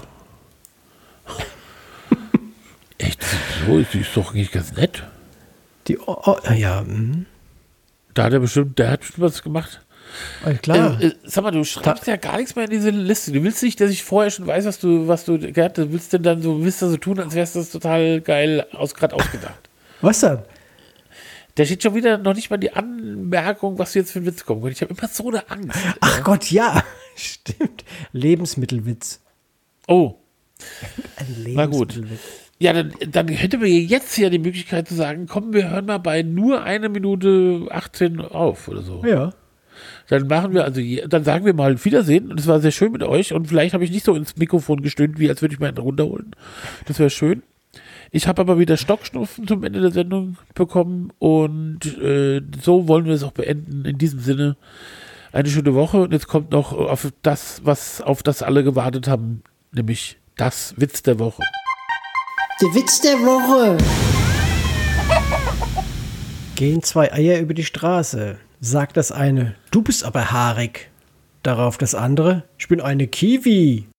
Echt? So, die ist doch nicht ganz nett.
Die, oh, oh, ja, mhm.
Da hat er bestimmt, der hat bestimmt was gemacht.
Oh, klar.
Äh, äh, sag mal, du schreibst ja gar nichts mehr in diese Liste. Du willst nicht, dass ich vorher schon weiß, was du, was du gehabt hast. Du willst denn dann so, willst du so tun, als wärst du das total geil aus, gerade ausgedacht.
Was dann?
Da steht schon wieder noch nicht mal die Anmerkung, was du jetzt für einen Witz kommen könnte. Ich habe immer so eine Angst.
Ach Gott, ja, stimmt. Lebensmittelwitz.
Oh,
Ein
na gut.
Lebensmittelwitz.
Ja, dann, dann hätten wir jetzt ja die Möglichkeit zu sagen, komm, wir hören mal bei nur eine Minute achtzehn auf oder so.
Ja.
Dann machen wir also, je- dann sagen wir mal Wiedersehen und es war sehr schön mit euch und vielleicht habe ich nicht so ins Mikrofon gestöhnt, wie als würde ich mal einen runterholen. Das wäre schön. Ich habe aber wieder Stockschnupfen zum Ende der Sendung bekommen und äh, so wollen wir es auch beenden. In diesem Sinne eine schöne Woche und jetzt kommt noch auf das, was auf das alle gewartet haben, nämlich das Witz der Woche.
Der Witz der Woche.
Gehen zwei Eier über die Straße. Sagt das eine, du bist aber haarig. Darauf das andere, ich bin eine Kiwi.